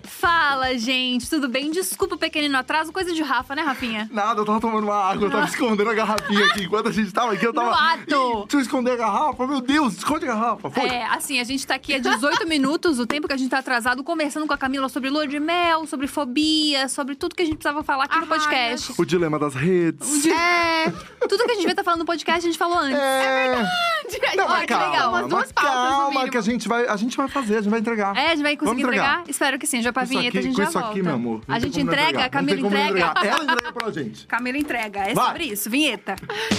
Fala, gente, tudo bem? Desculpa o pequenino atraso, coisa de Rafa, né, Rafinha? Nada, eu tava tomando uma água, eu tava escondendo a garrafinha aqui. Enquanto a gente tava aqui, eu tava... No ato! Deixa eu esconder a garrafa, meu Deus, esconde a garrafa, foi. Assim, a gente tá aqui há 18 minutos, o tempo que a gente tá atrasado, conversando com a Camila sobre lua de mel, sobre fobia, sobre tudo que a gente precisava falar aqui no podcast. O dilema das redes. Tudo que a gente vai estar falando no podcast, a gente falou antes. É verdade! Não, Olha, que legal. Umas duas pautas, no calma, mínimo. que a gente vai fazer, a gente vai entregar. A gente vai conseguir Vamos entregar? Espero que sim, já pra Com isso vinheta aqui, a gente com já isso volta. aqui, meu amor. não A tem gente como não entrega, entregar, a Camila não tem como não entrega. entregar. Ela entrega pra gente. Camila entrega, é Vai. sobre isso, vinheta.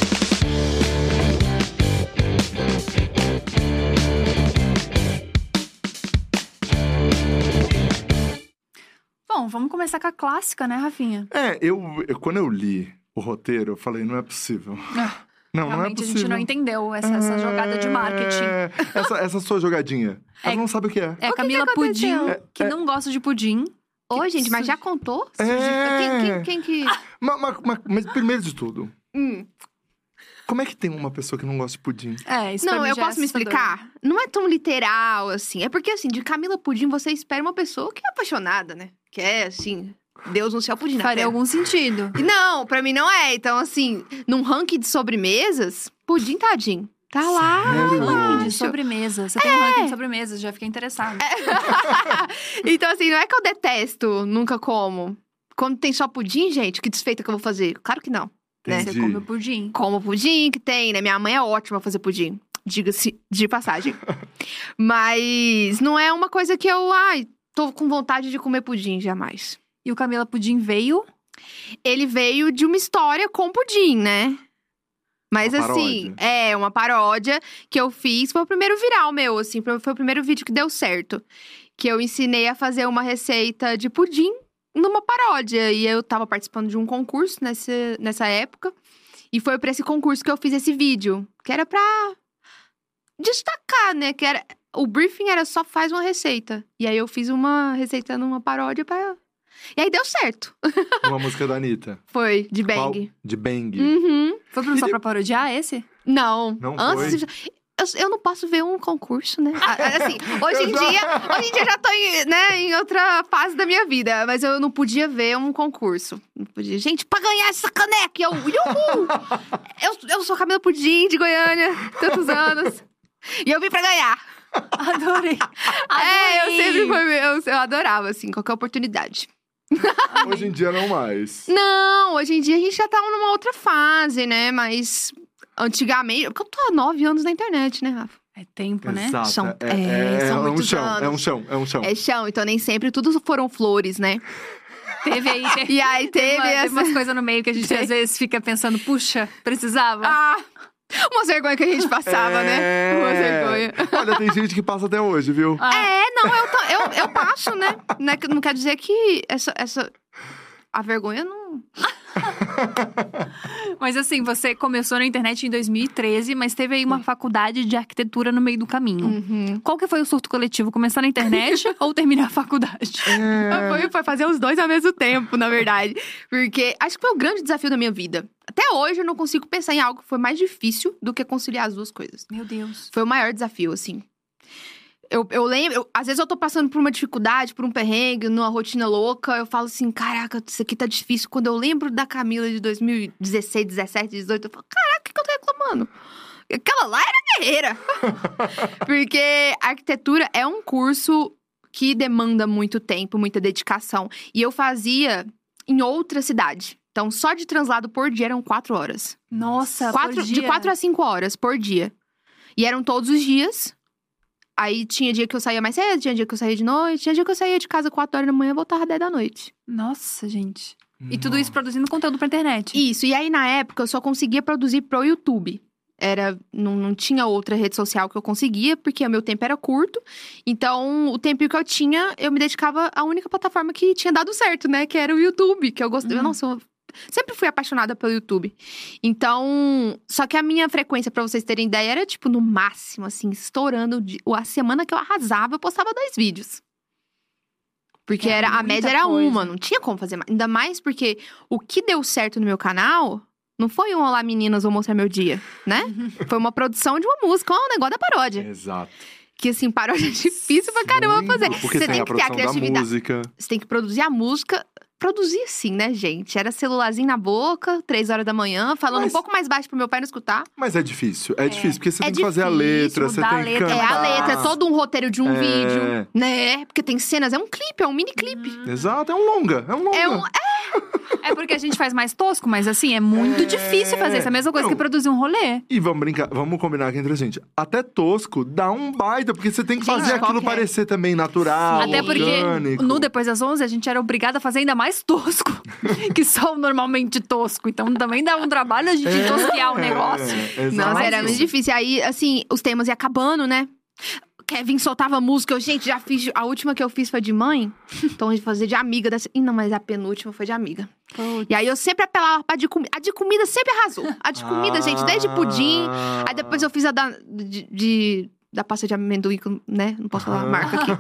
Bom, vamos começar com a clássica, né, Rafinha? Quando eu li o roteiro, eu falei, não é possível. Não é Realmente, possível. a gente não entendeu essa jogada de marketing. Essa sua jogadinha. Ela não sabe o que é. É a Camila Pudim, aconteceu? que não gosta de pudim. Ô, gente, mas já contou? Quem que... Mas primeiro de tudo, como é que tem uma pessoa que não gosta de pudim? Isso pra Não, mim eu já é posso me assustador. explicar? Não é tão literal, assim. É porque, assim, de Camila Pudim, você espera uma pessoa que é apaixonada, né? Que é, assim, Deus no céu, pudim na Faria terra. algum sentido. E não, pra mim não é. Então, assim, num ranking de sobremesas, pudim tadinho. Tá lá. Sério? Ranking de acho. sobremesa. Você tem um ranking de sobremesas, já fiquei interessada. Então, assim, não é que eu detesto, nunca como. Quando tem só pudim, gente, que desfeita que eu vou fazer? Claro que não. Né? Você Entendi. come o pudim. Como pudim que tem, né? Minha mãe é ótima a fazer pudim. Diga-se de passagem. Mas não é uma coisa que eu, tô com vontade de comer pudim, jamais. E o Camila Pudim veio... Ele veio de uma história com pudim, né? Mas Uma assim, paródia. uma paródia que eu fiz. Foi o primeiro viral meu, assim. Foi o primeiro vídeo que deu certo. Que eu ensinei a fazer uma receita de pudim numa paródia. E eu tava participando de um concurso nessa época. E foi pra esse concurso que eu fiz esse vídeo. Que era pra destacar, né? Que era... O briefing era só faz uma receita. E aí eu fiz uma receita numa paródia pra... E aí deu certo. Uma música da Anitta. Foi, de Qual? Bang. De Bang. Uhum. Foi só pra parodiar esse? Não. Não Antes eu não posso ver um concurso, né? Assim, hoje em dia eu já tô em outra fase da minha vida. Mas eu não podia ver um concurso. Não podia. Gente, pra ganhar essa caneca, uhul! eu sou Camila Pudim, de Goiânia, tantos anos. E eu vim pra ganhar. Adorei. Eu sempre eu adorava, assim, qualquer oportunidade. Hoje em dia não mais. Não, hoje em dia a gente já tá numa outra fase, né? Mas antigamente... Porque eu tô há 9 anos na internet, né, Rafa? É tempo, né? Exato. São um muitos chão, anos. é um chão. É chão, então nem sempre tudo foram flores, né? Teve aí... E aí teve Teve essa... umas coisas no meio que a gente às vezes fica pensando, puxa, precisava. Uma vergonha que a gente passava, né? Uma vergonha. Olha, tem gente que passa até hoje, viu? Eu passo, né? Não quer dizer que a vergonha não... Mas assim, você começou na internet em 2013, mas teve aí uma faculdade de arquitetura no meio do caminho. Uhum. Qual que foi o surto coletivo? Começar na internet ou terminar a faculdade? Foi fazer os dois ao mesmo tempo, na verdade. Porque acho que foi o grande desafio da minha vida. Até hoje eu não consigo pensar em algo que foi mais difícil do que conciliar as duas coisas. Meu Deus. Foi o maior desafio, assim. Eu lembro, às vezes eu tô passando por uma dificuldade, por um perrengue, numa rotina louca, eu falo assim, caraca, isso aqui tá difícil. Quando eu lembro da Camila de 2016, 17, 18, eu falo, caraca, o que eu tô reclamando? Aquela lá era guerreira. Porque a arquitetura é um curso que demanda muito tempo, muita dedicação. E eu fazia em outra cidade. Então, só de translado por dia eram 4 horas. Nossa, De 4 a 5 horas por dia. E eram todos os dias. Aí tinha dia que eu saía mais cedo, tinha dia que eu saía de noite, tinha dia que eu saía de casa 4 horas da manhã e voltava 10 da noite. Nossa, gente. E tudo isso produzindo conteúdo pra internet. Isso, e aí na época eu só conseguia produzir pro YouTube. Não tinha outra rede social que eu conseguia, porque o meu tempo era curto. Então, o tempo que eu tinha, eu me dedicava à única plataforma que tinha dado certo, né? Que era o YouTube, que eu gostava. Nossa, eu sempre fui apaixonada pelo YouTube. Então, só que a minha frequência, pra vocês terem ideia, era tipo, no máximo, assim, estourando. A semana que eu arrasava, eu postava 2 vídeos. Porque a média era uma, não tinha como fazer mais. Ainda mais porque o que deu certo no meu canal não foi um Olá Meninas, vou mostrar meu dia, né? Foi uma produção de uma música, um negócio da paródia. Exato. Que, assim, paródia é difícil pra caramba fazer. Porque Você tem tem que ter a produção da criatividade. música. Você tem que produzir a música. Produzir sim, né, gente? Era celularzinho na boca, 3 horas da manhã, falando um pouco mais baixo pro meu pai não escutar. Mas é difícil. É difícil, porque você É tem que fazer a letra, você mudar a tem que letra. cantar. É a letra, é todo um roteiro de um É. vídeo, né? Porque tem cenas, é um clipe, é um mini clipe. Exato, é um longa. É porque a gente faz mais tosco, mas assim, é muito difícil fazer isso. É a mesma coisa Não. que produzir um rolê. E vamos brincar, vamos combinar aqui entre a gente. Até tosco dá um baita, porque você tem que Gente, fazer aquilo qualquer. parecer também natural, Até porque orgânico. no Depois das 11 a gente era obrigada a fazer ainda mais tosco que só o normalmente tosco. Então também dá um trabalho a gente tosquear o negócio. exato. Nossa, era Mas muito difícil. Aí, assim, os temas iam acabando, né? Kevin soltava música. Eu, gente, já fiz. A última que eu fiz foi de mãe. Então, a gente fazia de amiga. Ih, não, mas a penúltima foi de amiga. E aí, eu sempre apelava pra de comida. A de comida sempre arrasou. A de comida, gente, desde pudim. Aí, depois eu fiz a da pasta de amendoim, né? Não posso falar a marca aqui.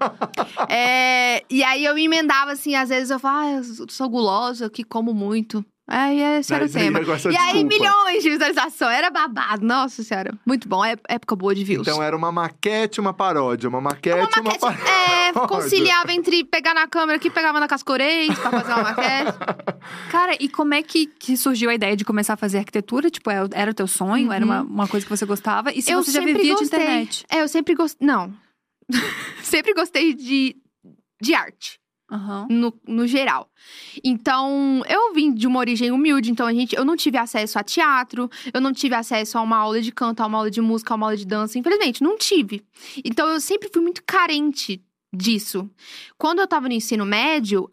E aí, eu emendava, assim, às vezes eu falava, eu sou gulosa, que como muito. Aí, esse era o tema. E aí, milhões de visualizações. Era babado. Nossa Senhora. Muito bom. Época boa de views. Então, era uma maquete, uma paródia. Uma maquete, uma paródia. Conciliava entre pegar na câmera aqui, pegava na Cascorês pra fazer uma maquete. Cara, e como é que surgiu a ideia de começar a fazer arquitetura? Tipo, era o teu sonho? Era uma coisa que você gostava? E se você já vivia de internet? Eu sempre gostei... Não. Sempre gostei de arte. No geral. Então, eu vim de uma origem humilde. Então, eu não tive acesso a teatro. Eu não tive acesso a uma aula de canto, a uma aula de música, a uma aula de dança. Infelizmente, não tive. Então, eu sempre fui muito carente disso. Quando eu tava no ensino médio,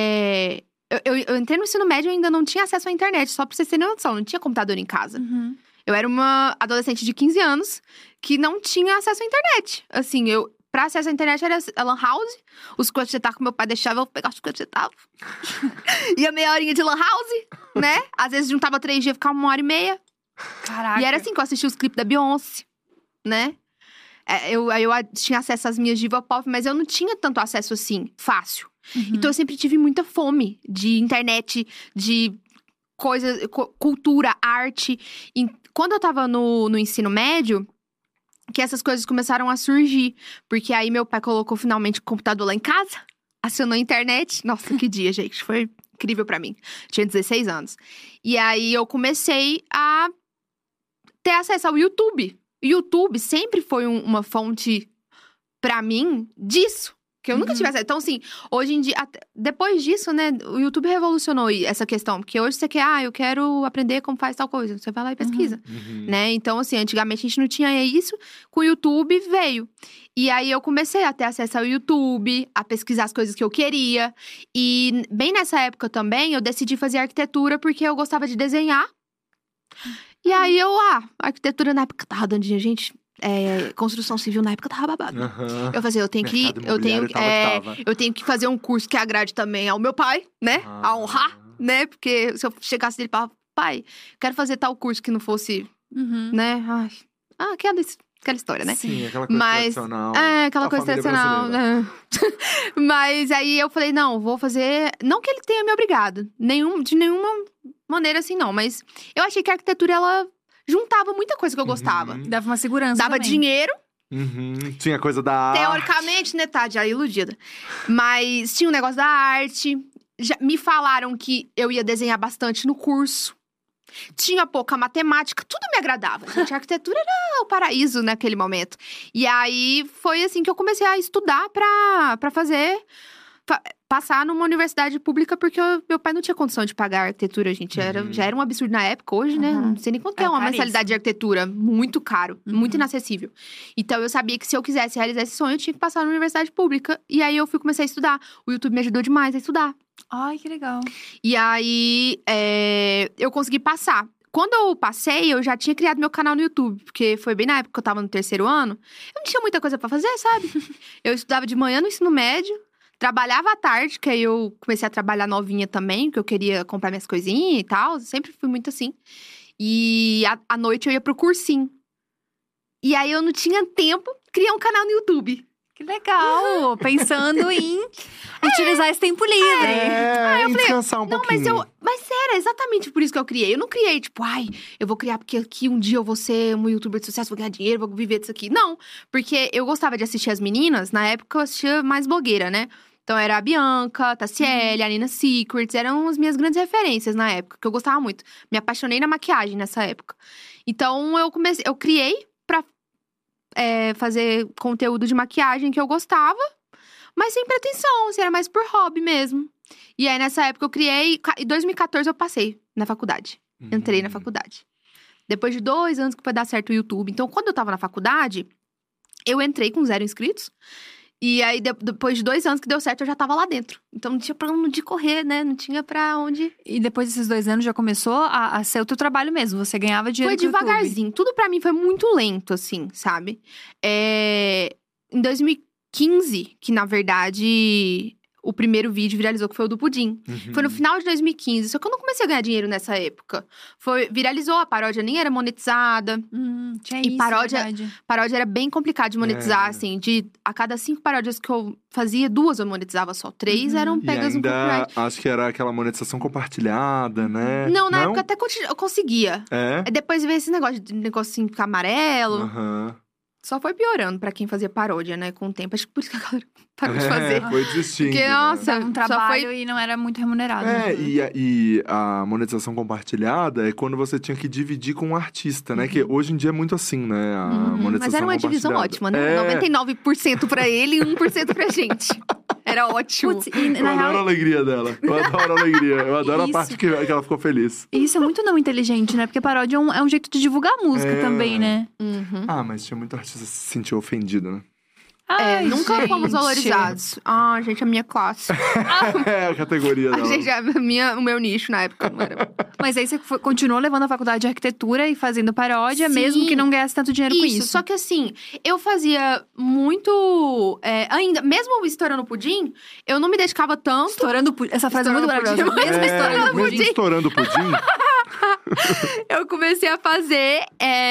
eu entrei no ensino médio e ainda não tinha acesso à internet. Só pra vocês terem noção, não tinha computador em casa. Eu era uma adolescente de 15 anos que não tinha acesso à internet. Assim, pra acesso à internet era a lan house. Os 50 centavos que meu pai deixava, eu pegava os 50 centavos. Ia meia horinha de lan house, né? Às vezes juntava 3 dias, ficava 1h30. Caraca. E era assim que eu assistia os clipes da Beyoncé, né? Eu tinha acesso às minhas diva pop, mas eu não tinha tanto acesso assim, fácil. Então eu sempre tive muita fome de internet, de coisa, cultura, arte. E quando eu tava no ensino médio, que essas coisas começaram a surgir. Porque aí meu pai colocou finalmente o computador lá em casa, acionou a internet. Nossa, que dia, gente. Foi incrível pra mim. Tinha 16 anos. E aí eu comecei a ter acesso ao YouTube. O YouTube sempre foi uma fonte, pra mim, disso. Que eu nunca tive acesso. Então, assim, hoje em dia... Depois disso, né, o YouTube revolucionou essa questão. Porque hoje você quer, eu quero aprender como faz tal coisa. Você vai lá e pesquisa, né? Então, assim, antigamente a gente não tinha isso. Com o YouTube, veio. E aí, eu comecei a ter acesso ao YouTube, a pesquisar as coisas que eu queria. E bem nessa época também, eu decidi fazer arquitetura porque eu gostava de desenhar. E aí, a arquitetura na época tava dando dinheiro, gente... construção civil na época tava babado. Eu falei, eu tenho que fazer um curso que agrade também ao meu pai, né? A honrar, né? Porque se eu chegasse dele e falasse, pai, quero fazer tal curso que não fosse, né? Aquela história, né? Sim, aquela coisa tradicional. Aquela coisa tradicional, né? Mas aí eu falei, não, vou fazer... Não que ele tenha me obrigado, de nenhuma maneira assim, não. Mas eu achei que a arquitetura, ela... juntava muita coisa que eu gostava. Dava uma segurança Dava também. dinheiro. Tinha coisa da arte. Teoricamente, né, tá? Já iludida. Mas tinha um negócio da arte. Já me falaram que eu ia desenhar bastante no curso. Tinha pouca matemática. Tudo me agradava. Gente, a arquitetura era o paraíso naquele momento. E aí, foi assim que eu comecei a estudar pra fazer... passar numa universidade pública, porque meu pai não tinha condição de pagar a arquitetura, gente. Já era um absurdo na época, hoje, né? Não sei nem quanto é uma mensalidade de arquitetura. Muito caro, muito inacessível. Então, eu sabia que se eu quisesse realizar esse sonho, eu tinha que passar numa universidade pública. E aí, comecei a estudar. O YouTube me ajudou demais a estudar. Ai, que legal. E aí, eu consegui passar. Quando eu passei, eu já tinha criado meu canal no YouTube. Porque foi bem na época que eu tava no 3º ano. Eu não tinha muita coisa pra fazer, sabe? Eu estudava de manhã no ensino médio. Trabalhava à tarde, que aí eu comecei a trabalhar novinha também, porque eu queria comprar minhas coisinhas e tal. Sempre fui muito assim. E à noite eu ia pro cursinho. E aí eu não tinha tempo, criei um canal no YouTube. Que legal! Pensando em utilizar esse tempo livre. Eu falei, descansar um pouquinho. Mas Mas era exatamente por isso que eu criei. Eu não criei, tipo, eu vou criar porque aqui um dia eu vou ser um youtuber de sucesso, vou ganhar dinheiro, vou viver disso aqui. Não, porque eu gostava de assistir as meninas, na época eu assistia mais blogueira, né? Então era a Bianca, a Tassiele, a Nina Secrets, eram as minhas grandes referências na época, que eu gostava muito. Me apaixonei na maquiagem nessa época. Então eu criei pra fazer conteúdo de maquiagem que eu gostava, mas sem pretensão, assim, era mais por hobby mesmo. E aí, nessa época, eu criei... Em 2014, eu passei na faculdade. Entrei na faculdade. Depois de 2 anos que foi dar certo o YouTube. Então, quando eu tava na faculdade, eu entrei com 0 inscritos. E aí, depois de 2 anos que deu certo, eu já tava lá dentro. Então, não tinha pra onde correr, né? Não tinha pra onde... E depois desses 2 anos, já começou a ser o teu trabalho mesmo? Você ganhava dinheiro Foi com o YouTube? devagarzinho. Tudo pra mim foi muito lento, assim, sabe? Em 2015, que na verdade... O primeiro vídeo viralizou, que foi o do Pudim. Foi no final de 2015. Só que eu não comecei a ganhar dinheiro nessa época. Viralizou, a paródia nem era monetizada. Tinha E isso, paródia era bem complicado de monetizar, assim. A cada 5 paródias que eu fazia, 2 eu monetizava só. 3 eram pegas no copyright. Acho que era aquela monetização compartilhada, né? Não, na época até eu conseguia. Depois veio esse negócio de negocinho ficar amarelo. Só foi piorando pra quem fazia paródia, né? Com o tempo. Acho que por isso que a galera parou de fazer. Foi desistindo. Porque, nossa, um trabalho e não era muito remunerado. E a monetização compartilhada é quando você tinha que dividir com um artista, né? Que hoje em dia é muito assim, né? A monetização Mas era uma divisão ótima, né? 99% pra ele e 1% pra gente. Era ótimo. Putz, eu adoro a alegria dela. Eu adoro a alegria. Eu adoro a parte que ela ficou feliz. E isso é muito não inteligente, né? Porque paródia é um jeito de divulgar a música também, né? Mas tinha muito artista que se sentiu ofendido, né? Nunca fomos valorizados. Gente, a minha classe. A categoria dela. O meu nicho na época não era. Mas aí você continuou levando a faculdade de arquitetura e fazendo paródia, mesmo que não ganhasse tanto dinheiro com isso. Só que assim, eu fazia muito... ainda, mesmo estourando pudim, eu não me dedicava tanto. Estourando pudim. Essa frase é muito maravilhosa. Mesmo estourando pudim. Mesmo estourando pudim. Eu comecei a fazer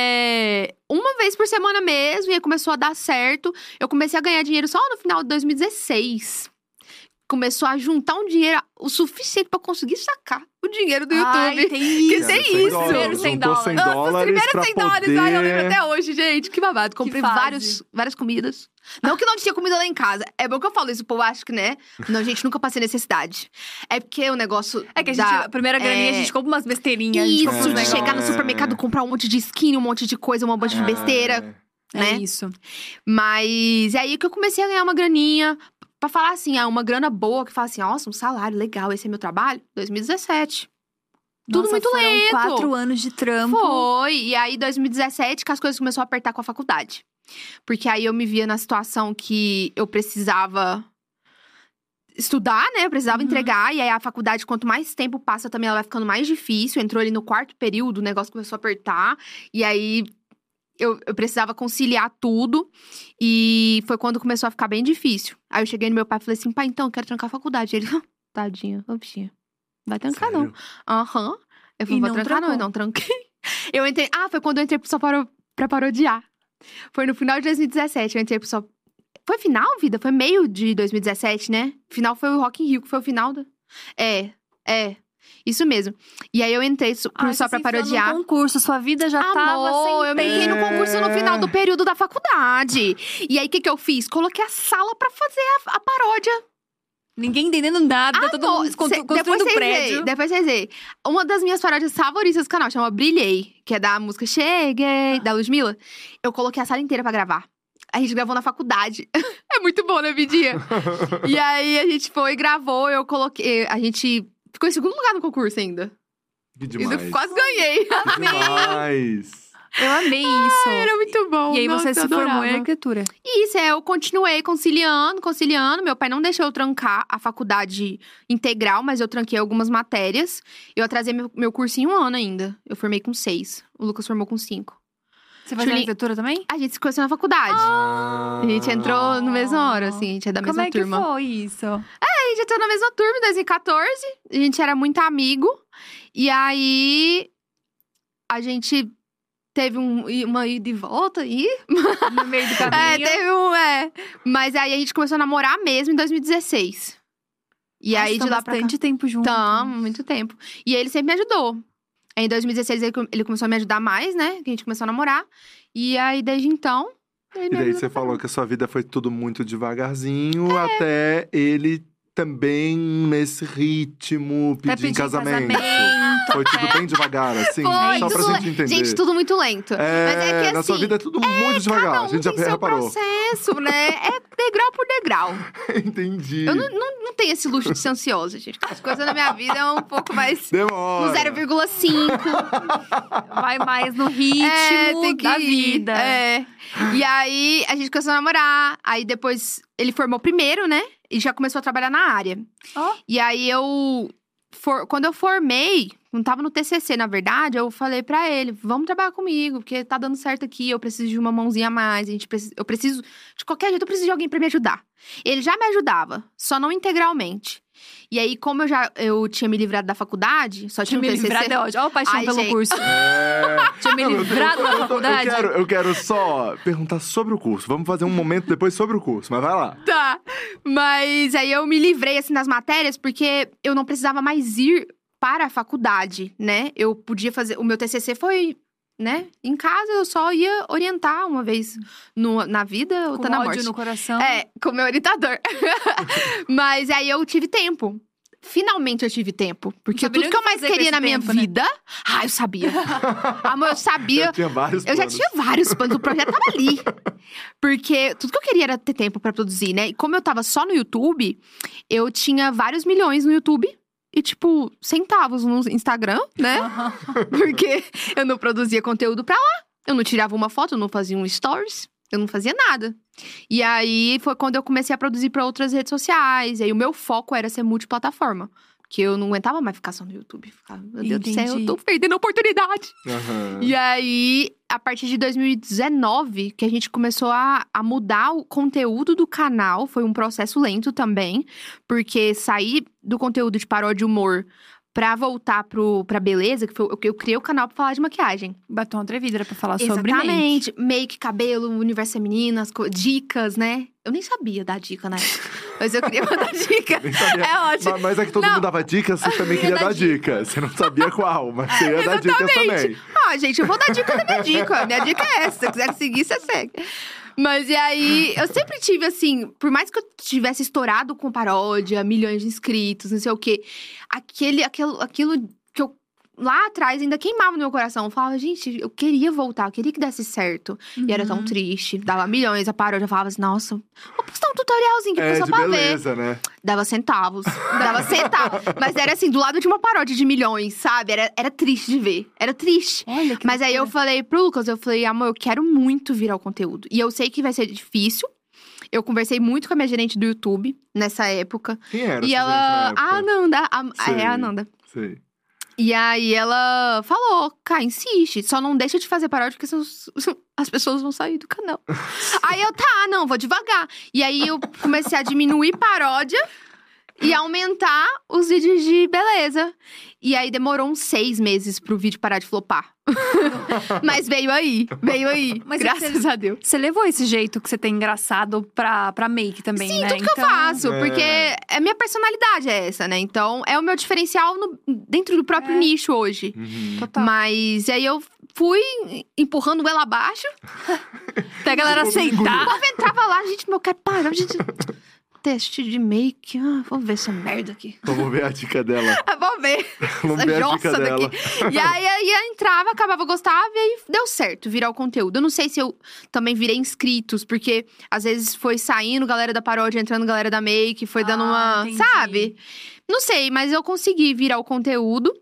uma vez por semana mesmo, e aí começou a dar certo. Eu comecei a ganhar dinheiro só no final de 2016. Começou a juntar um dinheiro o suficiente pra conseguir sacar o dinheiro do YouTube. Tem isso. Que tem isso. Primeiro 100 dólares. Nossa, os primeiros 100 dólares. Eu lembro até hoje, gente. Que babado. Comprei fase. várias comidas. Não que não tinha comida lá em casa. É bom que eu falo isso, o povo acha que, né? Não, gente, nunca passei necessidade. É porque o negócio que a primeira graninha, a gente compra umas besteirinhas. Isso, de chegar no supermercado, comprar um monte de skin, um monte de coisa, um monte de besteira. Né? É isso. Mas é aí que eu comecei a ganhar uma graninha. Pra falar assim, uma grana boa, que fala assim, nossa, um salário legal, esse é meu trabalho. 2017. Tudo muito lento. 4 anos de trampo. Foi. E aí, 2017, que as coisas começaram a apertar com a faculdade. Porque aí eu me via na situação que eu precisava estudar, né? Eu precisava entregar. E aí, a faculdade, quanto mais tempo passa, também ela vai ficando mais difícil. Entrou ali no 4º período, o negócio começou a apertar. E aí... Eu precisava conciliar tudo. E foi quando começou a ficar bem difícil. Aí eu cheguei no meu pai e falei assim, pai, então, eu quero trancar a faculdade. Ele, tadinha, bichinha, vai trancar não. Eu falei, vou trancar não, eu não tranquei. Eu entrei, foi quando eu entrei só pra parodiar. Foi no final de 2017, eu entrei só... Foi final, vida? Foi meio de 2017, né? Final foi o Rock in Rio, que foi o final do... Isso mesmo. E aí eu entrei só pra parodiar. No concurso, sua vida já tava sem eu me enfiei no concurso no final do período da faculdade. E aí, o que eu fiz? Coloquei a sala pra fazer a paródia. Ninguém entendendo nada, todo mundo construindo prédio. Depois vocês veem. Uma das minhas paródias favoritas do canal chama Brilhei, que é da música Cheguei, da Ludmilla. Eu coloquei a sala inteira pra gravar. A gente gravou na faculdade. É muito bom, né, Vidinha? E aí, a gente foi, gravou, eu coloquei... A gente... Ficou em 2º lugar no concurso ainda. Que demais. Eu quase ganhei. Que demais. Eu amei isso. Era muito bom. E aí você se formou em arquitetura. Isso, eu continuei conciliando. Meu pai não deixou eu trancar a faculdade integral, mas eu tranquei algumas matérias. Eu atrasei meu curso em 1 ano ainda. Eu formei com 6. O Lucas formou com 5. Você fazia arquitetura também? A gente se conheceu na faculdade. A gente entrou na mesma hora, assim. A gente é da mesma turma. Como é que foi isso? A gente entrou na mesma turma em 2014. A gente era muito amigo. E aí, a gente teve uma ida e volta aí. No meio do caminho. Mas aí a gente começou a namorar mesmo em 2016. E aí, de lá pra cá… bastante tempo junto. Tamo, muito tempo. E ele sempre me ajudou. Aí, em 2016, ele começou a me ajudar mais, né? Que a gente começou a namorar. E aí, desde então… E daí você falou que a sua vida foi tudo muito devagarzinho, até ele também nesse ritmo, pedir em casamento. Foi tudo bem devagar, assim, Foi, só pra gente entender. Gente, tudo muito lento. Mas é que assim… na sua vida é tudo muito devagar, cada um a gente já tem seu reparou. processo, né? É degrau por degrau. Entendi. Eu não tenho esse luxo de ser ansiosa, gente. As coisas na minha vida é um pouco mais… Demora. No 0,5. Vai mais no ritmo tem que da ir. vida. E aí, a gente começou a namorar. Aí, depois, ele formou primeiro, né? E já começou a trabalhar na área. E aí, quando eu formei, não tava no TCC, na verdade, eu falei pra ele, vamos trabalhar comigo, porque tá dando certo aqui, eu preciso de uma mãozinha a mais, eu preciso, de qualquer jeito, eu preciso de alguém pra me ajudar. Ele já me ajudava, só não integralmente. E aí, como eu tinha me livrado da faculdade, só tinha um TCC… livrado é ótimo. Olha a paixão Ai, pelo gente. curso. Tinha me livrado da faculdade. Eu quero só perguntar sobre o curso. Vamos fazer um momento depois sobre o curso, mas vai lá. Tá, mas aí eu me livrei, assim, das matérias, porque eu não precisava mais ir para a faculdade, né? Eu podia fazer… O meu TCC foi… Né? Em casa, eu só ia orientar uma vez na vida, outra na morte. Com ódio no coração. Com meu orientador. Mas aí eu tive tempo. Finalmente eu tive tempo. Porque tudo que eu mais queria na minha vida… eu sabia. Amor, eu sabia. Já tinha vários planos. Eu já tinha vários planos. O projeto tava ali. Porque tudo que eu queria era ter tempo pra produzir, né? E como eu tava só no YouTube, eu tinha vários milhões no YouTube. E, tipo, centavos no Instagram, né? Porque eu não produzia conteúdo pra lá. Eu não tirava uma foto, eu não fazia um stories. Eu não fazia nada. E aí, foi quando eu comecei a produzir pra outras redes sociais. E aí, o meu foco era ser multiplataforma. Porque eu não aguentava mais ficar só no YouTube. Ficava, meu Deus do céu, eu tô perdendo a oportunidade. E aí, a partir de 2019, que a gente começou a mudar o conteúdo do canal. Foi um processo lento também. Porque sair do conteúdo de paródia e humor pra voltar pra beleza, que foi eu criei o canal pra falar de maquiagem. Batom atrevido, era pra falar sobre make. Exatamente. Make, cabelo, universo feminino, dicas, né? Eu nem sabia dar dica, né? Mas eu queria dar dica. É ótimo. Mas é que todo mundo dava dicas, você também queria dar dica. Você não sabia qual, mas você ia dar dicas também. Gente, eu vou dar dica da minha dica. Minha dica é essa. Se você quiser seguir, você segue. Mas e aí, eu sempre tive assim, por mais que eu tivesse estourado com paródia, milhões de inscritos, não sei o quê, aquilo que eu lá atrás ainda queimava no meu coração. Eu falava, gente, eu queria voltar, eu queria que desse certo. E era tão triste, dava milhões, a paródia, eu falava assim, nossa, vou postar um tutorialzinho que a pessoa pra beleza, ver. Né? Dava centavos. Mas era assim, do lado de uma paródia de milhões, sabe? Era triste de ver. Era triste. Olha, que Mas aí eu falei pro Lucas, amor, eu quero muito virar o conteúdo. E eu sei que vai ser difícil. Eu conversei muito com a minha gerente do YouTube nessa época. Quem era? E ela… A Ananda. É a Ananda. Sei. E aí ela falou, cara, insiste. Só não deixa de fazer paródia, porque as pessoas vão sair do canal. Aí eu, vou devagar. E aí eu comecei a diminuir paródia e aumentar os vídeos de beleza. E aí demorou uns 6 meses pro vídeo parar de flopar. Mas veio aí. Mas graças a Deus. Você levou esse jeito que você tem engraçado pra make também, Sim, né? Tudo que eu faço. Porque a minha personalidade é essa, né? Então, é o meu diferencial dentro do próprio nicho hoje. Total. Mas aí eu fui empurrando ela abaixo. Até a galera aceitar. O povo entrava lá, gente, eu quero parar, gente… Teste de make. Vamos ver essa merda aqui. Vamos ver a dica dela. Vamos ver. Vamos ver a dica dela. E aí eu entrava, acabava, gostava e aí deu certo virar o conteúdo. Eu não sei se eu também virei inscritos, porque às vezes foi saindo galera da paródia, entrando galera da make, foi dando uma… Entendi. Sabe? Não sei, mas eu consegui virar o conteúdo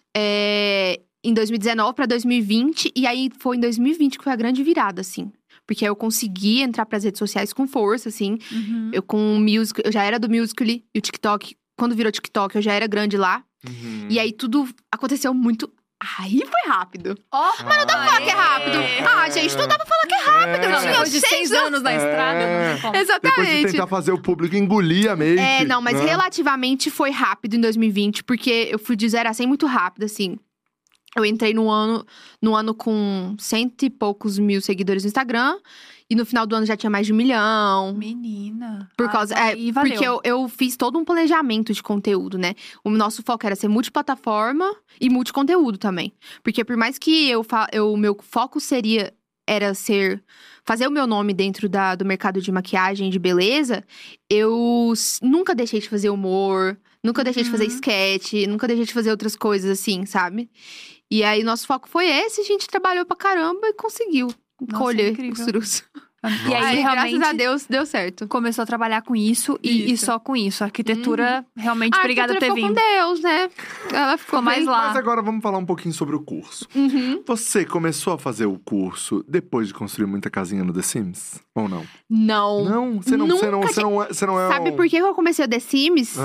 em 2019 pra 2020. E aí foi em 2020 que foi a grande virada, assim. Porque aí eu consegui entrar pras redes sociais com força, assim. Eu com o Musical.ly, eu já era do Musical.ly e o TikTok. Quando virou TikTok, eu já era grande lá. E aí tudo aconteceu muito… Aí foi rápido. Mas não dá pra falar que é rápido. Gente, não dá pra falar que é rápido. Eu tinha Depois de 6 anos na estrada. Exatamente. Depois de tentar fazer o público engolir a make. Não, mas relativamente foi rápido em 2020. Porque eu fui de 0 a 100 muito rápido, assim. Eu entrei no ano com 100 e poucos mil seguidores no Instagram. E no final do ano já tinha mais de 1 milhão. Menina. Por causa. Valeu. Porque eu fiz todo um planejamento de conteúdo, né? O nosso foco era ser multiplataforma e multiconteúdo também. Porque por mais que o meu foco era fazer o meu nome dentro do mercado de maquiagem, de beleza, eu nunca deixei de fazer humor, nunca deixei de fazer sketch, nunca deixei de fazer outras coisas assim, sabe? E aí, nosso foco foi esse, a gente trabalhou pra caramba e conseguiu colher os frutos. E aí, realmente, graças a Deus, deu certo. Começou a trabalhar com isso. E só com isso. A arquitetura, realmente, obrigada por ter vindo. Com Deus, né? Ela ficou mais lá. Mas agora vamos falar um pouquinho sobre o curso. Você começou a fazer o curso depois de construir muita casinha no The Sims? Ou não? Não. Não? Você não é Sabe por que eu comecei o The Sims?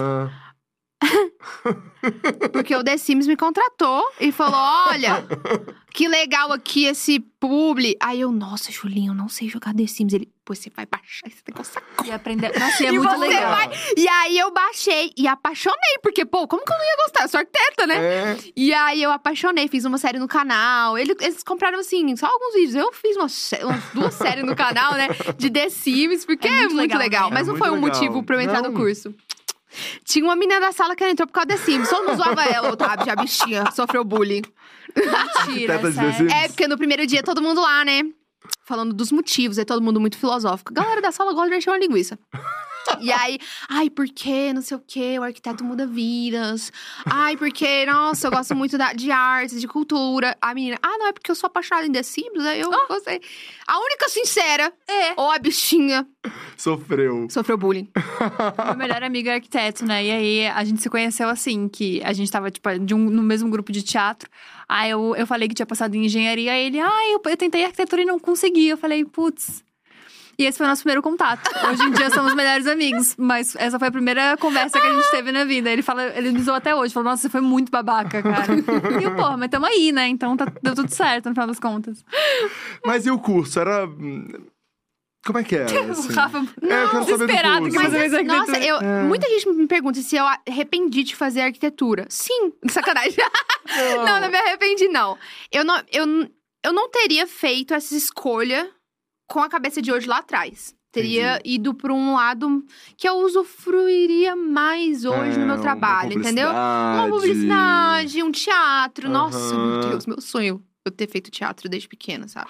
Porque o The Sims me contratou e falou: olha, que legal aqui esse publi. Aí eu, nossa, Julinho, eu não sei jogar The Sims. Ele, pô, você vai baixar esse negócio agora. E aprender. Nossa, é muito legal. E aí eu baixei e apaixonei, porque, pô, como que eu não ia gostar? Eu sou arquiteta, né? E aí eu apaixonei, fiz uma série no canal. Eles compraram, assim, só alguns vídeos. Eu fiz umas 2 séries no canal, né? De The Sims, porque é muito legal. Né? Mas não foi um motivo pra eu entrar no curso. Tinha uma menina da sala que ela entrou por causa da Sims. Todo mundo zoava ela, Otávio, a bichinha. Sofreu bullying. Mentira, sério. Porque no primeiro dia, todo mundo lá, né? Falando dos motivos, aí todo mundo muito filosófico. A galera da sala gosta de encher uma linguiça. E aí, ai, por que, não sei o quê, o arquiteto muda vidas. Ai, porque, nossa, eu gosto muito de artes, de cultura. A menina, não, é porque eu sou apaixonada em The Sims, aí eu gostei. A única sincera, a bichinha. Sofreu bullying. Meu melhor amigo é arquiteto, né? E aí, a gente se conheceu assim, que a gente tava, tipo, no mesmo grupo de teatro. Aí eu falei que tinha passado em engenharia, aí ele, eu tentei arquitetura e não consegui. Eu falei, putz. E esse foi o nosso primeiro contato. Hoje em dia somos melhores amigos. Mas essa foi a primeira conversa que a gente teve na vida. Ele me zoou até hoje. Falou, nossa, você foi muito babaca, cara. E eu, porra, mas tamo aí, né? Então deu tudo certo no final das contas. Mas e o curso? Era... Como é que era? Assim? O Rafa, eu quero saber do curso. Mas, nossa, muita gente me pergunta se eu arrependi de fazer arquitetura. Sim, sacanagem. Não me arrependi, não. Eu não teria feito essa escolha com a cabeça de hoje lá atrás. Teria ido pra um lado que eu usufruiria mais hoje no meu trabalho, entendeu? Uma publicidade, um teatro. Nossa, meu Deus, meu sonho. Eu ter feito teatro desde pequena, sabe?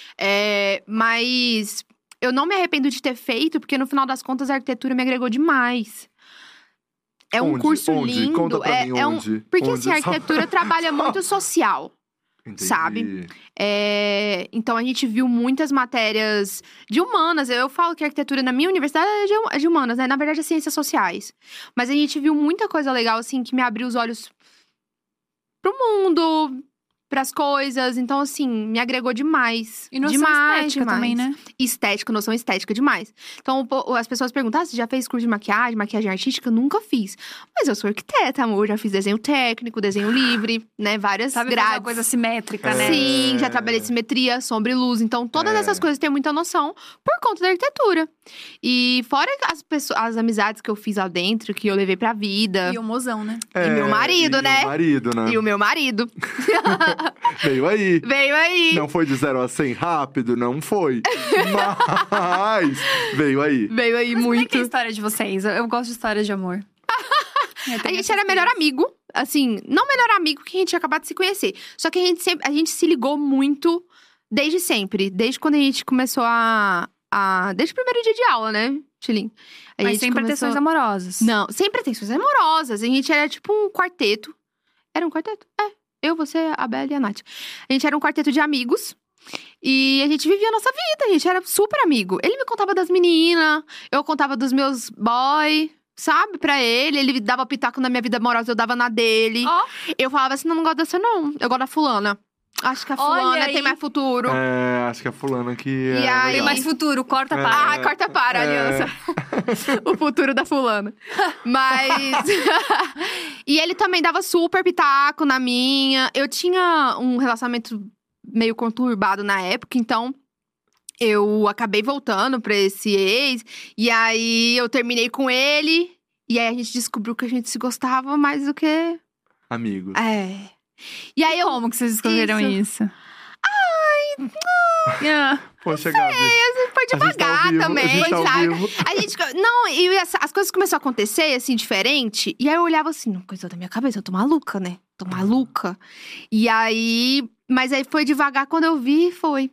Mas eu não me arrependo de ter feito, porque no final das contas a arquitetura me agregou demais. É um curso lindo. Conta pra mim onde. Porque assim, a arquitetura trabalha muito social. Entendi. Sabe? Então, a gente viu muitas matérias de humanas. Eu falo que a arquitetura na minha universidade é de humanas, né? Na verdade, é ciências sociais. Mas a gente viu muita coisa legal, assim, que me abriu os olhos pro mundo, pras coisas. Então, assim, me agregou demais. E noção estética também, né? Noção estética demais. Então, as pessoas perguntam, você já fez curso de maquiagem artística? Nunca fiz. Mas eu sou arquiteta, amor. Já fiz desenho técnico, desenho livre, né? Várias grades. Sabe uma coisa simétrica, né? Sim, já trabalhei simetria, sombra e luz. Então, todas essas coisas eu tenho muita noção por conta da arquitetura. E fora as amizades que eu fiz lá dentro, que eu levei pra vida. E o mozão, né? E meu marido, né? E o meu marido. Veio aí. Veio aí. Não foi de 0 a 100 rápido, não foi. Mas veio aí. Veio aí muito. muito. Como é que é a história de vocês? Eu gosto de histórias de amor. A gente era melhor amigo. Assim, não melhor amigo que a gente tinha acabado de se conhecer. Só que a gente se ligou muito desde sempre. Desde quando a gente começou desde o primeiro dia de aula, né, Tilin? Mas sem pretensões amorosas. Não, sem pretensões amorosas. A gente era tipo um quarteto. Era um quarteto? Eu, você, a Bela e a Nath. A gente era um quarteto de amigos. E a gente vivia a nossa vida. A gente era super amigo. Ele me contava das meninas. Eu contava dos meus boy, sabe? Pra ele. Ele dava pitaco na minha vida amorosa. Eu dava na dele. Eu falava assim, não gosto dessa não. Eu gosto da fulana. Acho que a fulana tem mais futuro. Acho que a fulana que tem mais futuro, corta para. Corta para, aliança. O futuro da fulana. Mas... E ele também dava super pitaco na minha. Eu tinha um relacionamento meio conturbado na época, então... Eu acabei voltando pra esse ex. E aí, eu terminei com ele. E aí, a gente descobriu que a gente se gostava mais do que... amigos. E aí Como que vocês descobriram isso? Poxa, Gabi. Foi devagar também, a gente tá ao sabe? vivo. A gente. Não, e as coisas começaram a acontecer, assim, diferente. E aí eu olhava assim, não, coisa da minha cabeça, eu tô maluca, né? Tô maluca. E aí. Mas aí foi devagar, quando eu vi, foi.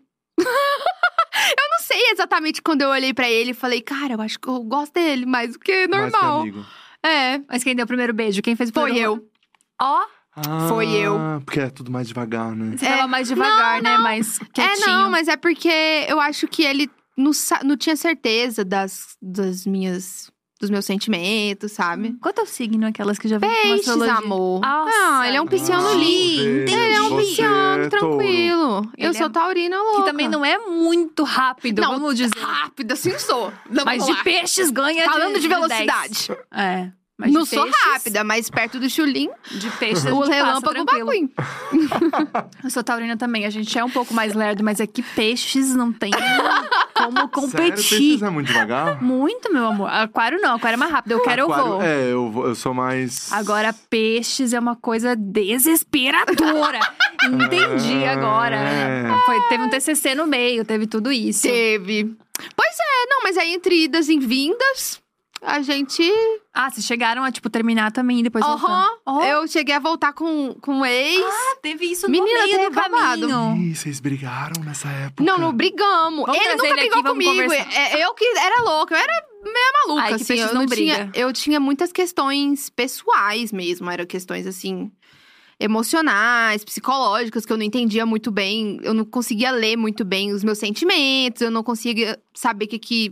Eu não sei exatamente quando eu olhei pra ele e falei, cara, eu acho que eu gosto dele mais do que normal. Mais que amigo. É. Mas quem deu o primeiro beijo? Quem fez o Foi primeiro? eu. Ó, Foi eu. Porque é tudo mais devagar, né? você tava mais devagar, né? Mais quietinho. Não, mas é porque eu acho que ele não tinha certeza dos meus sentimentos, sabe? Qual é o signo? Aquelas que já vi Peixes, amor. Nossa, Ele é um pisciano lindo. Ele é um pisciano tranquilo. Eu sou taurina louca. Que também não é muito rápido, Não, vamos dizer. rápido, assim sou. Vamos Mas lá. de peixes ganha Falando de 10. velocidade. É. Mas Não de sou peixes- rápida, mas perto do chulinho, De peixes a o gente passa relâmpago tranquilo. bacuim. Eu sou taurina também. A gente é um pouco mais lerdo, mas é que peixes não tem como Sério, competir. peixes é muito devagar? Muito, meu amor. Aquário não, aquário é mais rápido. Eu quero, eu Aquário- vou. eu sou mais… Agora, peixes é uma coisa desesperadora. Entendi agora. Teve um TCC no meio, teve tudo isso. Teve. Pois é, não, mas aí entre idas e vindas, a gente… Ah, vocês chegaram a, tipo, terminar também e depois Aham. voltar. Ó. Eu cheguei a voltar com o ex. Ah, teve isso Menina, no meio teve do babado. caminho. Ih, vocês brigaram nessa época? Não Vamos brigamos. Ele trazer nunca ele brigou aqui, vamos comigo. conversar. Eu que era louca, eu era meio maluca, Ai, que assim. peixes Eu não não tinha. briga. Eu tinha muitas questões pessoais mesmo. Eram questões assim, emocionais, psicológicas, que eu não entendia muito bem. Eu não conseguia ler muito bem os meus sentimentos, eu não conseguia saber o que.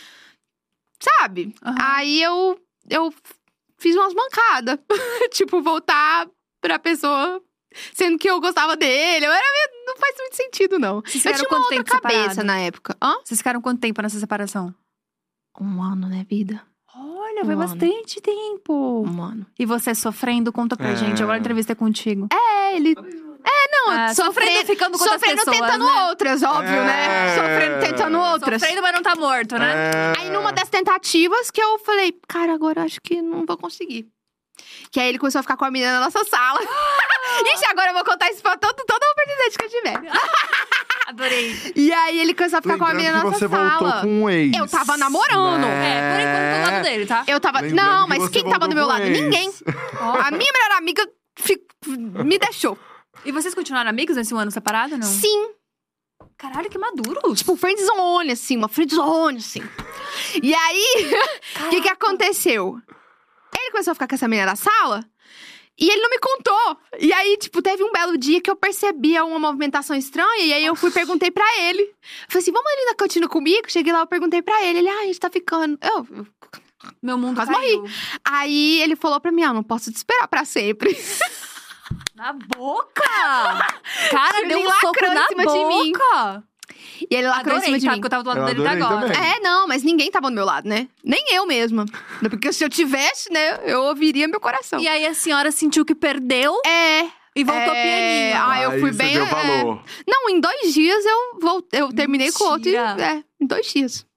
Sabe? Aham. Aí eu fiz umas mancadas. Tipo, voltar pra pessoa. Sendo que eu gostava dele. Não faz muito sentido, não. Vocês Eu ficaram tinha uma quanto outra tempo cabeça separado? na época. Hã? Vocês ficaram quanto tempo nessa separação? 1 ano, né, vida? Olha, foi Um ano. bastante tempo. 1 ano. E você sofrendo, conta pra gente. Agora a entrevista é contigo. Ele… Não, sofrendo, ficando com outras sofrendo pessoas, tentando né? outras, óbvio, né? Sofrendo tentando outras. Sofrendo, mas não tá morto, né? Aí numa das tentativas que eu falei, cara, agora acho que não vou conseguir. Que aí ele começou a ficar com a menina na nossa sala. Ixi, agora eu vou contar isso pra toda oportunidade que eu tiver. Adorei. E aí ele começou a ficar com a menina na Lembrando que nossa você voltou sala. com um ex. Eu tava namorando. É, por enquanto tô do lado dele, tá? Eu tava… Lembrando Não, que mas você quem tava voltou do meu com lado? ex. Ninguém. A minha melhor amiga me deixou. E vocês continuaram amigos nesse ano separado, não? Sim. Caralho, que maduros. Tipo, friendzone, assim, uma friendzone, assim. E aí, o que aconteceu? Ele começou a ficar com essa menina na sala e ele não me contou. E aí, tipo, teve um belo dia que eu percebia uma movimentação estranha e aí eu fui e perguntei pra ele. Falei assim, vamos ali na cantina comigo? Cheguei lá, eu perguntei pra ele. Ele, a gente tá ficando. Meu mundo Quase caiu. Aí ele falou pra mim, não posso te esperar pra sempre. Na boca! Cara, Ele deu um soco lacrou em na cima de mim. boca. E ele lacrou em cima Adorei, de tá? mim. Porque eu tava do lado Eu dele até adorei agora. também. Não, mas ninguém tava do meu lado, né? Nem eu mesma. Porque se eu tivesse, né, eu ouviria meu coração. E aí a senhora sentiu que perdeu e voltou pianinho. Ah, eu fui Aí bem. Você deu valor. Não, em 2 dias eu terminei com o outro. Mentira. Em 2 dias.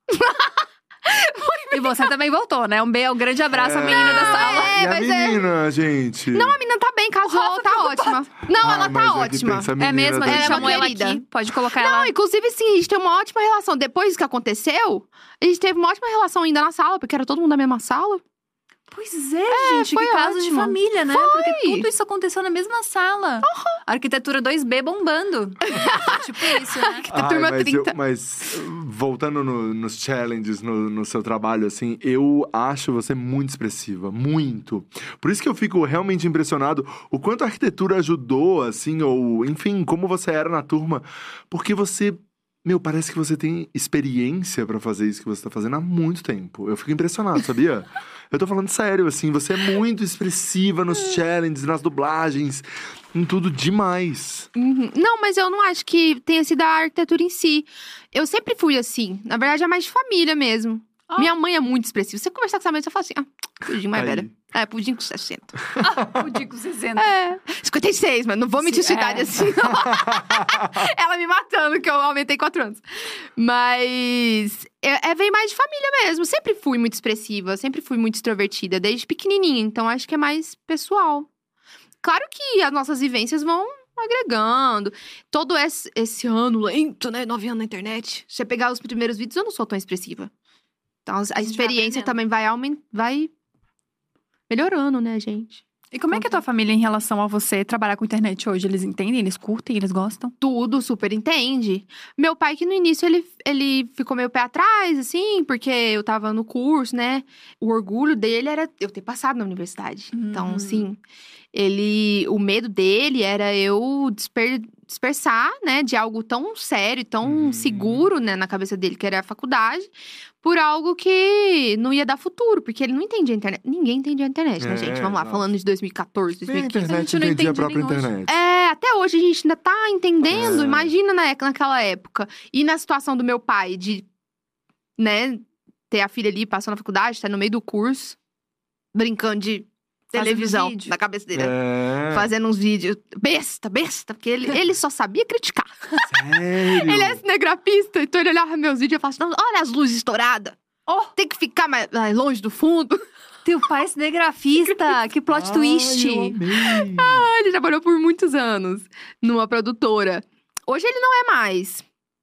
E você também voltou, né? Um grande abraço à menina da sala. É, E a mas é. menina, gente? Não, a menina tá bem, casou, tá ótima. Não, ela tá ótima. É mesmo, a gente Ela é uma chamou ela querida. aqui. Pode colocar Não, ela. inclusive, sim, a gente tem uma ótima relação. Depois que aconteceu, a gente teve uma ótima relação ainda na sala, porque era todo mundo na mesma sala. Pois é, gente, foi que caso de ótimo. família, né? Porque tudo isso aconteceu na mesma sala. Arquitetura 2B bombando. Tipo isso, né? Da turma 30. Mas voltando nos challenges, no seu trabalho, assim, eu acho você muito expressiva. Muito. Por isso que eu fico realmente impressionado o quanto a arquitetura ajudou, assim, ou enfim, como você era na turma. Porque você… parece que você tem experiência pra fazer isso que você tá fazendo há muito tempo. Eu fico impressionado, sabia? Eu tô falando sério, assim, você é muito expressiva nos challenges, nas dublagens, em tudo demais. Uhum. Não, mas eu não acho que tenha sido a arquitetura em si. Eu sempre fui assim. Na verdade, é mais de família mesmo. Minha mãe é muito expressiva. Você conversar com essa mãe, você fala assim, pudim mais Aí. velha. É, pudim com 60. O Dico 60. É, 56, mas não vou mentir sua idade assim, não. Ela me matando, que eu aumentei 4 anos. Mas vem mais de família mesmo. Sempre fui muito expressiva, sempre fui muito extrovertida, desde pequenininha. Então, acho que é mais pessoal. claro que as nossas vivências vão agregando. Todo esse ano lento, né? 9 anos na internet. Se você pegar os primeiros vídeos, eu não sou tão expressiva. Então, a experiência também vai melhorando, né, gente? E como é que é a tua família em relação a você trabalhar com internet hoje? Eles entendem? Eles curtem? Eles gostam? Tudo super entende. Meu pai, que no início, ele ficou meio pé atrás, assim, porque eu tava no curso, né? O orgulho dele era eu ter passado na universidade. Então, assim, o medo dele era eu dispersar, né, de algo tão sério, tão seguro, né, na cabeça dele, que era a faculdade, por algo que não ia dar futuro, porque ele não entendia a internet. Ninguém entendia a internet, né, gente? Vamos lá, falando de 2014, 2015. A internet não entendia a própria internet. Até hoje a gente ainda tá entendendo. Imagina naquela época. E na situação do meu pai, de, né, ter a filha ali, passou na faculdade, tá no meio do curso, brincando de televisão na cabeça dele. Fazendo uns vídeos besta, porque ele só sabia criticar. Sério? Ele é cinegrafista, então ele olhava meus vídeos e falava assim, olha as luzes estouradas. Tem que ficar mais longe do fundo. Teu pai é cinegrafista, que plot twist. Eu amei. Ele trabalhou por muitos anos numa produtora. Hoje ele não é mais.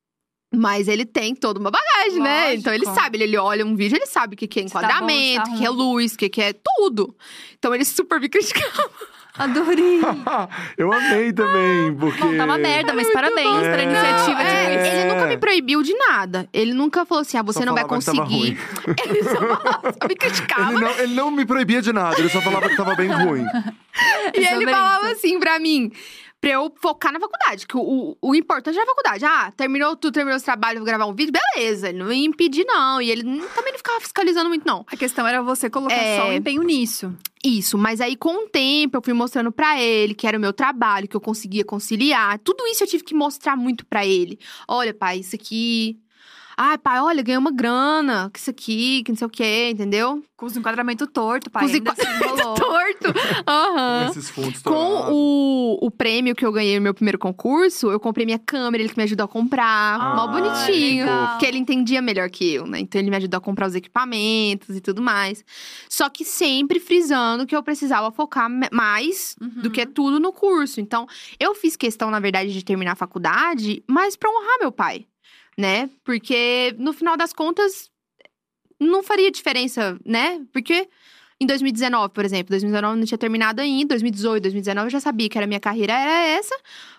Mas ele tem toda uma bagagem, né? Então ele sabe, ele olha um vídeo, ele sabe o que é enquadramento, o que é luz, o que é tudo. Então ele super me criticava. Adorei. Eu amei também, porque... Bom, tá uma merda, mas parabéns pela iniciativa de Ele nunca me proibiu de nada. Ele nunca falou assim, você não vai conseguir. Ele só me criticava. Ele não me proibia de nada, ele só falava que tava bem ruim. E ele falava assim pra mim, pra eu focar na faculdade, que o importante é a faculdade. Terminou os trabalhos, vou gravar um vídeo, beleza. Ele não ia impedir, não. E ele também não ficava fiscalizando muito, não. A questão era você colocar só o empenho nisso. Isso, mas aí com o tempo eu fui mostrando pra ele que era o meu trabalho, que eu conseguia conciliar. Tudo isso eu tive que mostrar muito pra ele. Olha, pai, isso aqui... Ai, pai, olha, ganhei uma grana, que isso aqui, que não sei o quê, entendeu? Com os enquadramentos torto, pai. Com os enquadramentos torto. Com esses fundos com o prêmio que eu ganhei no meu primeiro concurso, eu comprei minha câmera, ele que me ajudou a comprar. Mó bonitinho. Legal. Porque ele entendia melhor que eu, né? Então ele me ajudou a comprar os equipamentos e tudo mais. Só que sempre frisando que eu precisava focar mais do que tudo no curso. Então, eu fiz questão, na verdade, de terminar a faculdade, mas pra honrar meu pai. Né? Porque, no final das contas, não faria diferença, né? Porque em 2019, por exemplo, 2019 eu não tinha terminado ainda, 2018, 2019 eu já sabia que a minha carreira era essa,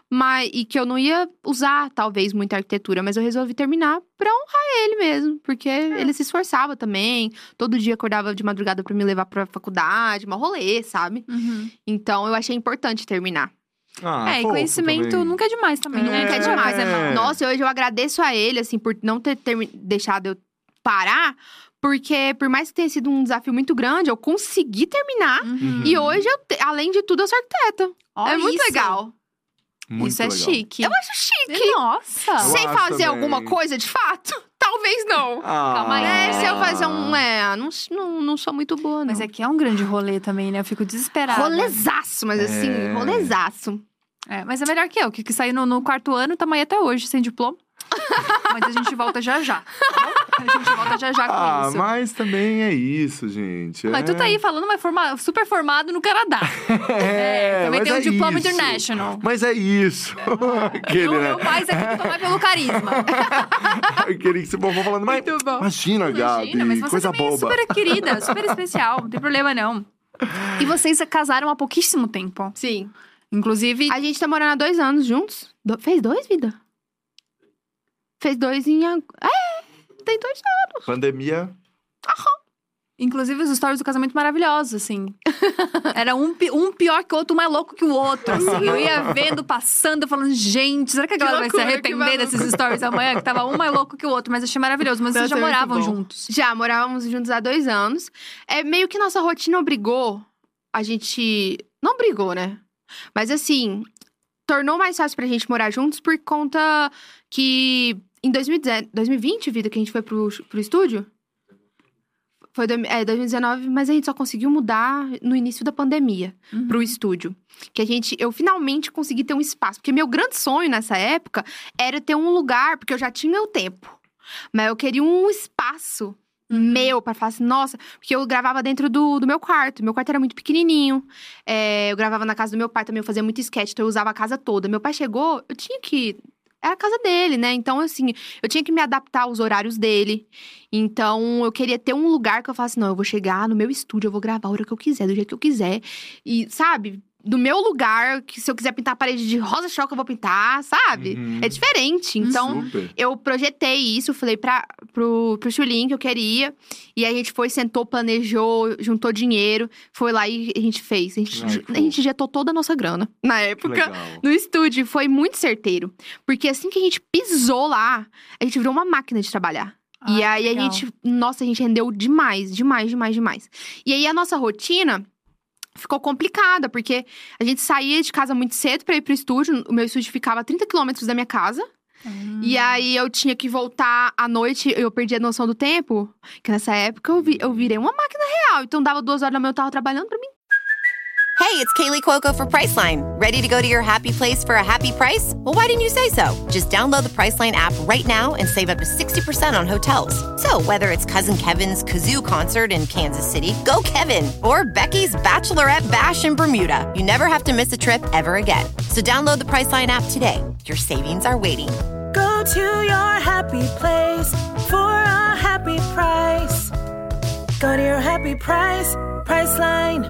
e que eu não ia usar, talvez, muita arquitetura, mas eu resolvi terminar pra honrar ele mesmo, porque ele se esforçava também, todo dia acordava de madrugada pra me levar pra faculdade, uma rolê, sabe? Então, eu achei importante terminar. E conhecimento também. Nunca é demais também. Nunca é demais. Nossa, hoje eu agradeço a ele, assim, por não ter deixado eu parar. Porque, por mais que tenha sido um desafio muito grande, eu consegui terminar. E hoje, além de tudo, eu sou arquiteta. É muito legal. Muito isso é legal. chique. Eu acho chique. Nossa. Sei fazer alguma coisa, de fato? Talvez não. Calma aí. Se eu fazer não sou muito boa, não. Mas é que é um grande rolê também, né? Eu fico desesperada. Rolezaço, mas assim, rolezaço. Mas é melhor que eu, que saí no quarto ano, tamo aí até hoje, sem diploma. Mas a gente volta já, tá bom? A gente volta já com isso. Mas também é isso, gente. Mas tu tá aí falando, mas super formado no Canadá. Também tem um diploma international. Mas é isso. Meu pai isso aqui tomar pelo carisma. Aquele que se formou falando, mas imagina, Gabi, mas você coisa também boba. É super querida, super especial, não tem problema não. E vocês casaram há pouquíssimo tempo. Sim. Inclusive... A gente tá morando há 2 anos juntos. Fez 2, vida? Fez 2 em... tem 2 anos. Pandemia. Inclusive, os stories do casamento maravilhosos, assim. Era um pior que o outro, um mais louco que o outro, assim. Eu ia vendo, passando, falando, gente, será que a galera vai se arrepender desses stories amanhã? Que tava um mais louco que o outro, mas achei maravilhoso. Mas vocês já moravam juntos? Já, morávamos juntos há 2 anos. Meio que nossa rotina obrigou a gente... Não brigou, né? Mas assim, tornou mais fácil pra gente morar juntos por conta que em 2020, vida, que a gente foi pro estúdio. Foi 2019, mas a gente só conseguiu mudar no início da pandemia pro estúdio. Que eu finalmente consegui ter um espaço. Porque meu grande sonho nessa época era ter um lugar, porque eu já tinha o tempo. Mas eu queria um espaço meu, pra falar assim, nossa, porque eu gravava dentro do meu quarto. Meu quarto era muito pequenininho. Eu gravava na casa do meu pai também, eu fazia muito sketch, então eu usava a casa toda. Meu pai chegou, eu tinha que. Era a casa dele, né? Então, assim, eu tinha que me adaptar aos horários dele. Então, eu queria ter um lugar que eu falasse, não, eu vou chegar no meu estúdio, eu vou gravar a hora que eu quiser, do jeito que eu quiser. E, sabe, do meu lugar, que se eu quiser pintar a parede de rosa choque, eu vou pintar, sabe? É diferente. Então, Super. eu projetei isso, falei pro Chulinho que eu queria. E aí, a gente foi, sentou, planejou, juntou dinheiro. Foi lá e a gente fez. A gente injetou toda a nossa grana, na época, Legal. no estúdio. Foi muito certeiro. Porque assim que a gente pisou lá, a gente virou uma máquina de trabalhar. E aí, legal. a gente rendeu demais, demais, demais, demais. E aí, a nossa rotina ficou complicada, porque a gente saía de casa muito cedo pra ir pro estúdio. O meu estúdio ficava a 30 quilômetros da minha casa. E aí, eu tinha que voltar à noite. Eu perdi a noção do tempo. Que nessa época, eu virei uma máquina real. Então, dava 2 horas da manhã, eu tava trabalhando pra mim. Hey, it's Kaylee Cuoco for Priceline. Ready to go to your happy place for a happy price? Well, why didn't you say so? Just download the Priceline app right now and save up to 60% on hotels. So, whether it's Cousin Kevin's Kazoo concert in Kansas City, go Kevin, or Becky's Bachelorette Bash in Bermuda, you never have to miss a trip ever again. So download the Priceline app today. Your savings are waiting. Go to your happy place for a happy price. Go to your happy price, Priceline.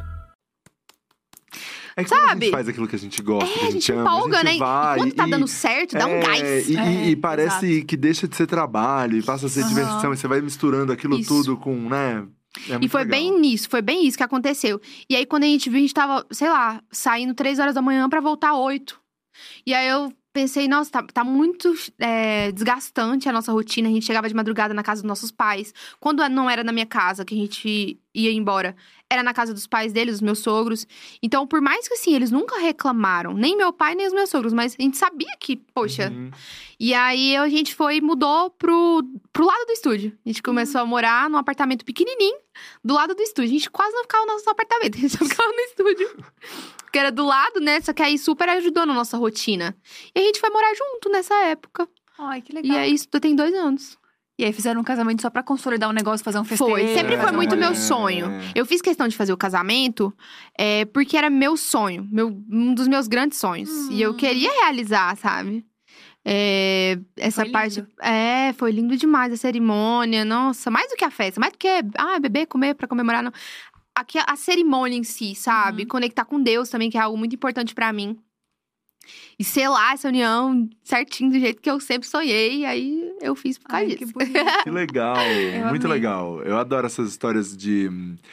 É que quando a Sabe? gente faz aquilo que a gente gosta, que A gente ama, empolga, a gente né? vai. E quando tá dando certo, dá um gás. E parece que deixa de ser trabalho, e passa a ser diversão. E você vai misturando aquilo Isso. tudo com, né? É muito E foi legal. bem isso que aconteceu. E aí, quando a gente viu, a gente tava, sei lá, saindo 3 horas da manhã pra voltar 8. E aí, eu pensei, nossa, tá muito desgastante a nossa rotina. A gente chegava de madrugada na casa dos nossos pais. Quando não era na minha casa, que a gente ia embora, era na casa dos pais deles, dos meus sogros. Então, por mais que, assim, eles nunca reclamaram. Nem meu pai, nem os meus sogros. Mas a gente sabia que, poxa... E aí, a gente mudou pro lado do estúdio. A gente começou a morar num apartamento pequenininho, do lado do estúdio. A gente quase não ficava no nosso apartamento, a gente só ficava no estúdio. Porque era do lado, né? Só que aí super ajudou na nossa rotina. E a gente foi morar junto nessa época. Ai, que legal. E aí, isso tem 2 anos. E aí fizeram um casamento só pra consolidar um negócio, fazer um festeiro. Foi, sempre foi fazer muito um- meu sonho. Eu fiz questão de fazer o casamento porque era meu sonho, um dos meus grandes sonhos. E eu queria realizar, sabe? Essa Foi parte. lindo. Foi lindo demais a cerimônia. Nossa, mais do que a festa, mais do que beber, comer pra comemorar, não. Aqui a cerimônia em si, sabe? Conectar com Deus também, que é algo muito importante pra mim. E selar essa união certinho, do jeito que eu sempre sonhei. E aí, eu fiz por causa Ai, disso. que bonito. Que legal, muito amei. legal. Eu adoro essas histórias de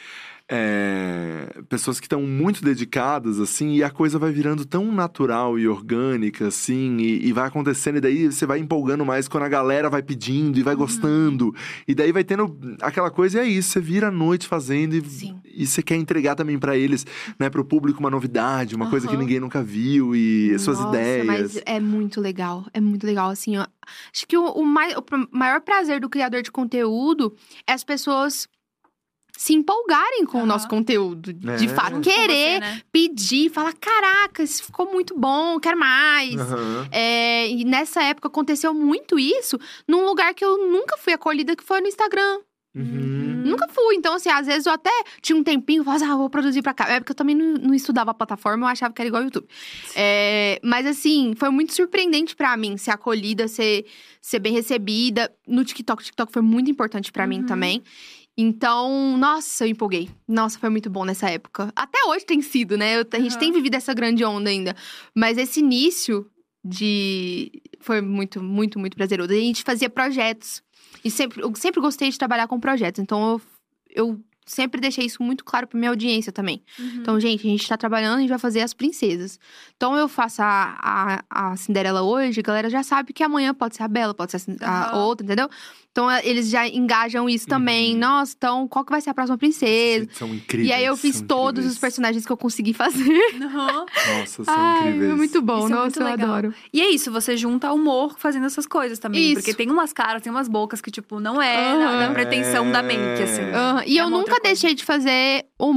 pessoas que estão muito dedicadas, assim, e a coisa vai virando tão natural e orgânica, assim, e vai acontecendo, e daí você vai empolgando mais quando a galera vai pedindo e vai gostando. E daí vai tendo aquela coisa, e é isso, você vira a noite fazendo, Sim. e você quer entregar também pra eles, né, pro público uma novidade, uma coisa que ninguém nunca viu, e suas Nossa, ideias. mas é muito legal, assim, ó. Acho que o maior prazer do criador de conteúdo é as pessoas se empolgarem com o nosso conteúdo. De fato, Junto com querer, você, né? pedir, falar, caraca, isso ficou muito bom, quero mais. Aham. E nessa época aconteceu muito isso num lugar que eu nunca fui acolhida, que foi no Instagram. Uhum. Nunca fui. Então, assim, às vezes eu até tinha um tempinho, eu falava, vou produzir pra cá. É porque eu também não estudava a plataforma, eu achava que era igual ao YouTube. Mas, assim, foi muito surpreendente pra mim ser acolhida, ser bem recebida. No TikTok, o TikTok foi muito importante pra mim também. Então, nossa, eu empolguei. Nossa, foi muito bom nessa época. Até hoje tem sido, né? A gente tem vivido essa grande onda ainda. Mas esse início foi muito, muito, muito prazeroso. E a gente fazia projetos. E eu sempre gostei de trabalhar com projetos. Então, eu sempre deixei isso muito claro pra minha audiência também. Então, gente, a gente tá trabalhando, a gente vai fazer as princesas. Então, eu faço a Cinderela hoje, a galera já sabe que amanhã pode ser a Bela, pode ser a outra, entendeu? Então, eles já engajam isso também. Nossa, então, qual que vai ser a próxima princesa? São incríveis. E aí, eu fiz são todos incríveis. os personagens que eu consegui fazer. Aham. Nossa, são Ai, incríveis. é muito bom. Isso é Nossa, muito eu legal. adoro. E é isso, você junta humor fazendo essas coisas também. Isso. Porque tem umas caras, tem umas bocas que, tipo, não é na pretensão da mente, assim. E É eu uma nunca outra coisa. deixei de fazer humor.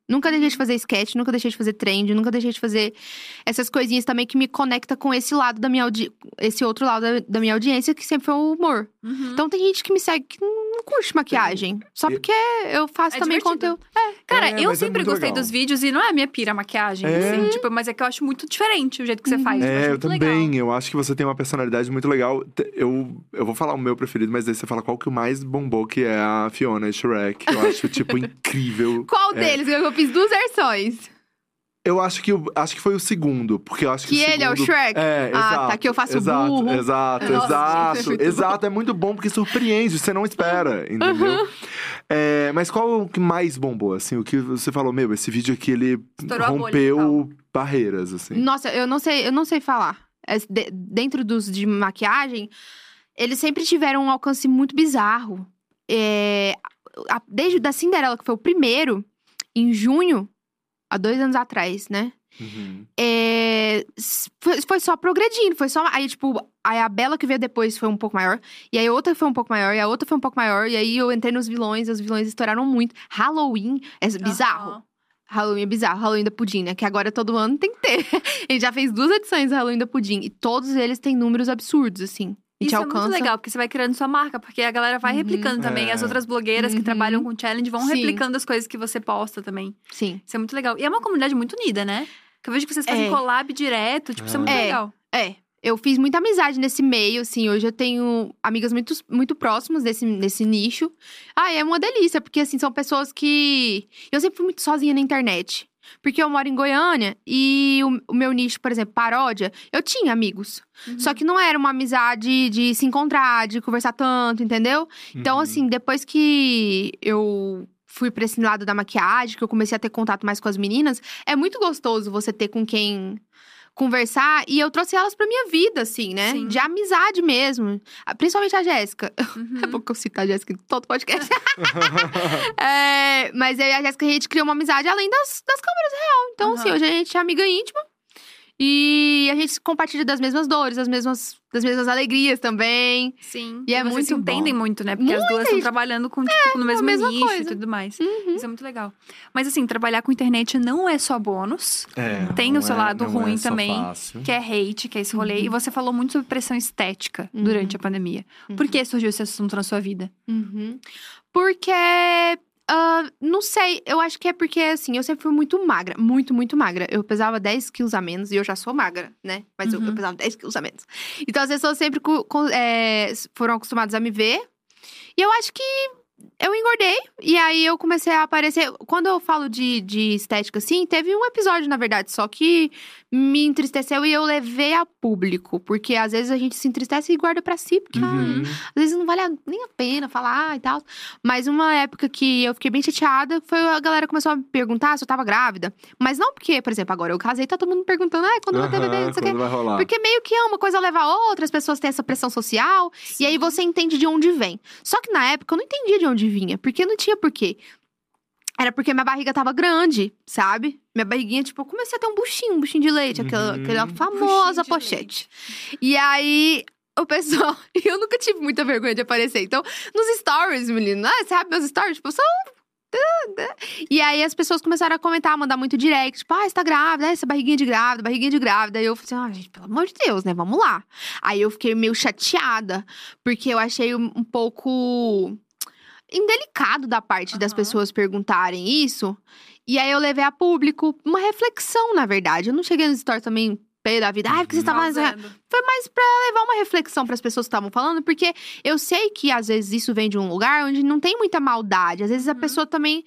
Nunca deixei de fazer sketch, nunca deixei de fazer trend, nunca deixei de fazer essas coisinhas também que me conecta com esse lado da minha esse outro lado da minha audiência, que sempre foi o humor. Então tem gente que me segue que não curte maquiagem. Só porque eu faço também divertido. conteúdo. Cara, eu mas é sempre muito gostei legal. dos vídeos e não é a minha pira a maquiagem, assim, tipo, mas é que eu acho muito diferente o jeito que você faz. acho Eu muito também. legal. Eu acho que você tem uma personalidade muito legal. Eu vou falar o meu preferido, mas daí você fala qual que o mais bombou, que é a Fiona Shrek. Eu acho, tipo, incrível. Qual deles? Eu fiz 2 versões. Eu acho que foi o segundo, porque eu acho que Que o ele é o segundo... Shrek? É, Ah, exato. tá, que eu faço exato, burro. Exato, Nossa, exato, isso é muito exato. É muito bom porque surpreende, você não espera, entendeu? Mas qual o que mais bombou, assim? O que você falou, meu, esse vídeo aqui, ele Estourou a bolha, rompeu barreiras, assim. Nossa, eu não sei falar. Dentro dos de maquiagem, eles sempre tiveram um alcance muito bizarro. Desde da Cinderela, que foi o primeiro, em junho, há 2 anos atrás, né? Uhum. Foi só progredindo, foi só... Aí, tipo, aí a Bela que veio depois foi um pouco maior. E aí a outra foi um pouco maior, e a outra foi um pouco maior. E aí eu entrei nos vilões, os vilões estouraram muito. Halloween é bizarro. Aham. Halloween é bizarro, Halloween da Pudim, né? Que agora todo ano tem que ter. A gente já fez 2 edições do Halloween da Pudim. E todos eles têm números absurdos, assim. E Isso te é alcança. muito legal, porque você vai criando sua marca, porque a galera vai replicando também. É. As outras blogueiras que trabalham com challenge vão Sim. replicando as coisas que você posta também. Sim. Isso é muito legal. E é uma comunidade muito unida, né? Que eu vejo que vocês fazem collab direto, tipo, isso é muito legal. Eu fiz muita amizade nesse meio, assim. Hoje eu tenho amigas muito, muito próximas desse nicho. É uma delícia, porque, assim, são pessoas que... Eu sempre fui muito sozinha na internet. Porque eu moro em Goiânia e o meu nicho, por exemplo, paródia, eu tinha amigos. Só que não era uma amizade de se encontrar, de conversar tanto, entendeu? Então, assim, depois que eu fui pra esse lado da maquiagem, que eu comecei a ter contato mais com as meninas, é muito gostoso você ter com quem conversar. E eu trouxe elas pra minha vida, assim, né? Sim. De amizade mesmo. Principalmente a Jéssica. É bom que eu cito a Jéssica em todo podcast. Mas eu e a Jéssica, a gente criou uma amizade além das câmeras real. Então, assim, hoje a gente é amiga íntima. E a gente compartilha das mesmas dores, das mesmas alegrias também. Sim. E é vocês muito se entendem bom. muito, né? Porque as duas estão trabalhando com, tipo, no mesmo mesma nicho coisa. e tudo mais. Isso é muito legal. Mas, assim, trabalhar com internet não é só bônus. Tem o seu lado ruim também, fácil. que é hate, que é esse rolê. E você falou muito sobre pressão estética durante a pandemia. Por que surgiu esse assunto na sua vida? Porque... não sei, eu acho que é porque, assim, eu sempre fui muito magra. Muito, muito magra. Eu pesava 10 quilos a menos e eu já sou magra, né? Mas eu pesava 10 quilos a menos. Então, as pessoas sempre foram acostumadas a me ver. E eu acho que eu engordei. E aí, eu comecei a aparecer... Quando eu falo de estética, assim, teve um episódio, na verdade, só que me entristeceu e eu levei a público. Porque, às vezes, a gente se entristece e guarda pra si. Porque, às vezes, não vale nem a pena falar e tal. Mas uma época que eu fiquei bem chateada, foi a galera começou a me perguntar se eu tava grávida. Mas não porque, por exemplo, agora eu casei, tá todo mundo me perguntando, quando vai ter bebê, não sei o quê. Quando vai rolar. Porque meio que uma coisa leva a outra, as pessoas têm essa pressão social. E aí você entende de onde vem. Só que na época eu não entendia de onde vinha, porque não tinha porquê. Era porque minha barriga tava grande, sabe? Minha barriguinha, tipo, eu comecei a ter um buchinho de leite, aquela famosa pochete. E aí, o pessoal... Eu nunca tive muita vergonha de aparecer. Então, nos stories, menino, você sabe meus stories? Tipo, são... E aí, as pessoas começaram a comentar, a mandar muito direct. Tipo, você tá grávida, essa barriguinha de grávida. Aí eu falei assim, gente, pelo amor de Deus, né? Vamos lá. Aí eu fiquei meio chateada, porque eu achei um pouco... indelicado da parte das pessoas perguntarem isso. E aí eu levei a público uma reflexão, na verdade. Eu não cheguei nos stories também pé da vida. Porque você tava... Foi mais pra levar uma reflexão pras pessoas que estavam falando. Porque eu sei que, às vezes, isso vem de um lugar onde não tem muita maldade. Às vezes a pessoa também...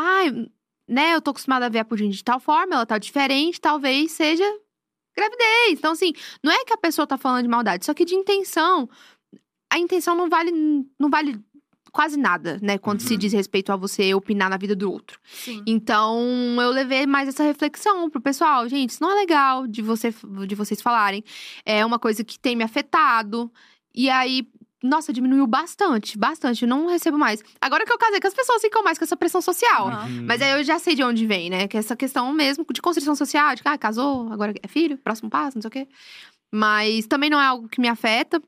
né, eu tô acostumada a ver a Pudim de tal forma, ela tá diferente, talvez seja gravidez. Então, assim, não é que a pessoa tá falando de maldade, só que de intenção. A intenção não vale quase nada, né? Quando se diz respeito a você opinar na vida do outro. Sim. Então, eu levei mais essa reflexão pro pessoal. Gente, isso não é legal de vocês falarem. É uma coisa que tem me afetado. E aí, nossa, diminuiu bastante. Eu não recebo mais. Agora que eu casei, que as pessoas ficam mais com essa pressão social. Mas aí eu já sei de onde vem, né? Que é essa questão mesmo de construção social. De que, casou, agora é filho, próximo passo, não sei o quê. Mas também não é algo que me afeta.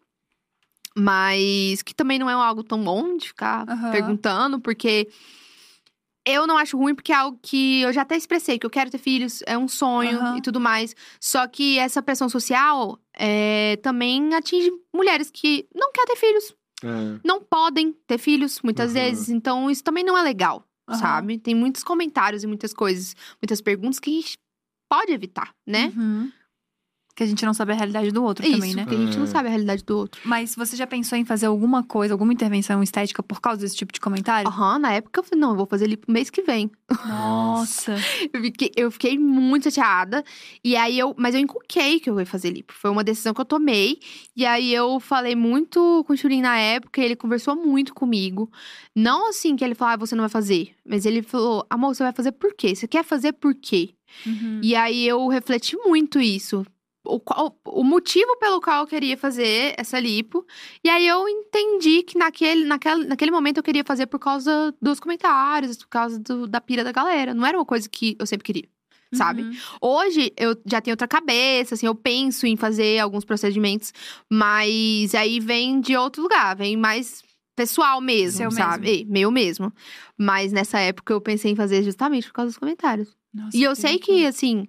Mas que também não é algo tão bom de ficar perguntando, porque Eu não acho ruim, porque é algo que eu já até expressei, que eu quero ter filhos, é um sonho Aham. e tudo mais. Só que essa pressão social também atinge mulheres que não querem ter filhos, não podem ter filhos, muitas Aham. vezes. Então, isso também não é legal, Aham. sabe? Tem muitos comentários e muitas coisas, muitas perguntas que a gente pode evitar, né? Uhum. Que a gente não sabe a realidade do outro Isso, também, né? porque a gente não sabe a realidade do outro. Mas você já pensou em fazer alguma coisa, alguma intervenção estética por causa desse tipo de comentário? Na época eu falei, não, eu vou fazer lipo mês que vem. Nossa. Eu fiquei muito chateada. E aí mas eu encuquei que eu ia fazer lipo. Foi uma decisão que eu tomei. E aí eu falei muito com o Churin na época, ele conversou muito comigo. Não assim que ele falou, você não vai fazer. Mas ele falou, amor, você vai fazer por quê? Você quer fazer por quê? Uhum. E aí eu refleti muito isso. O motivo pelo qual eu queria fazer essa lipo. E aí eu entendi que naquele momento eu queria fazer por causa dos comentários, por causa da pira da galera. Não era uma coisa que eu sempre queria, sabe? Uhum. Hoje eu já tenho outra cabeça, assim, eu penso em fazer alguns procedimentos, mas aí vem de outro lugar, vem mais pessoal mesmo, Seu sabe? Meu mesmo. Mas nessa época eu pensei em fazer justamente por causa dos comentários. Nossa, E eu sei que, assim,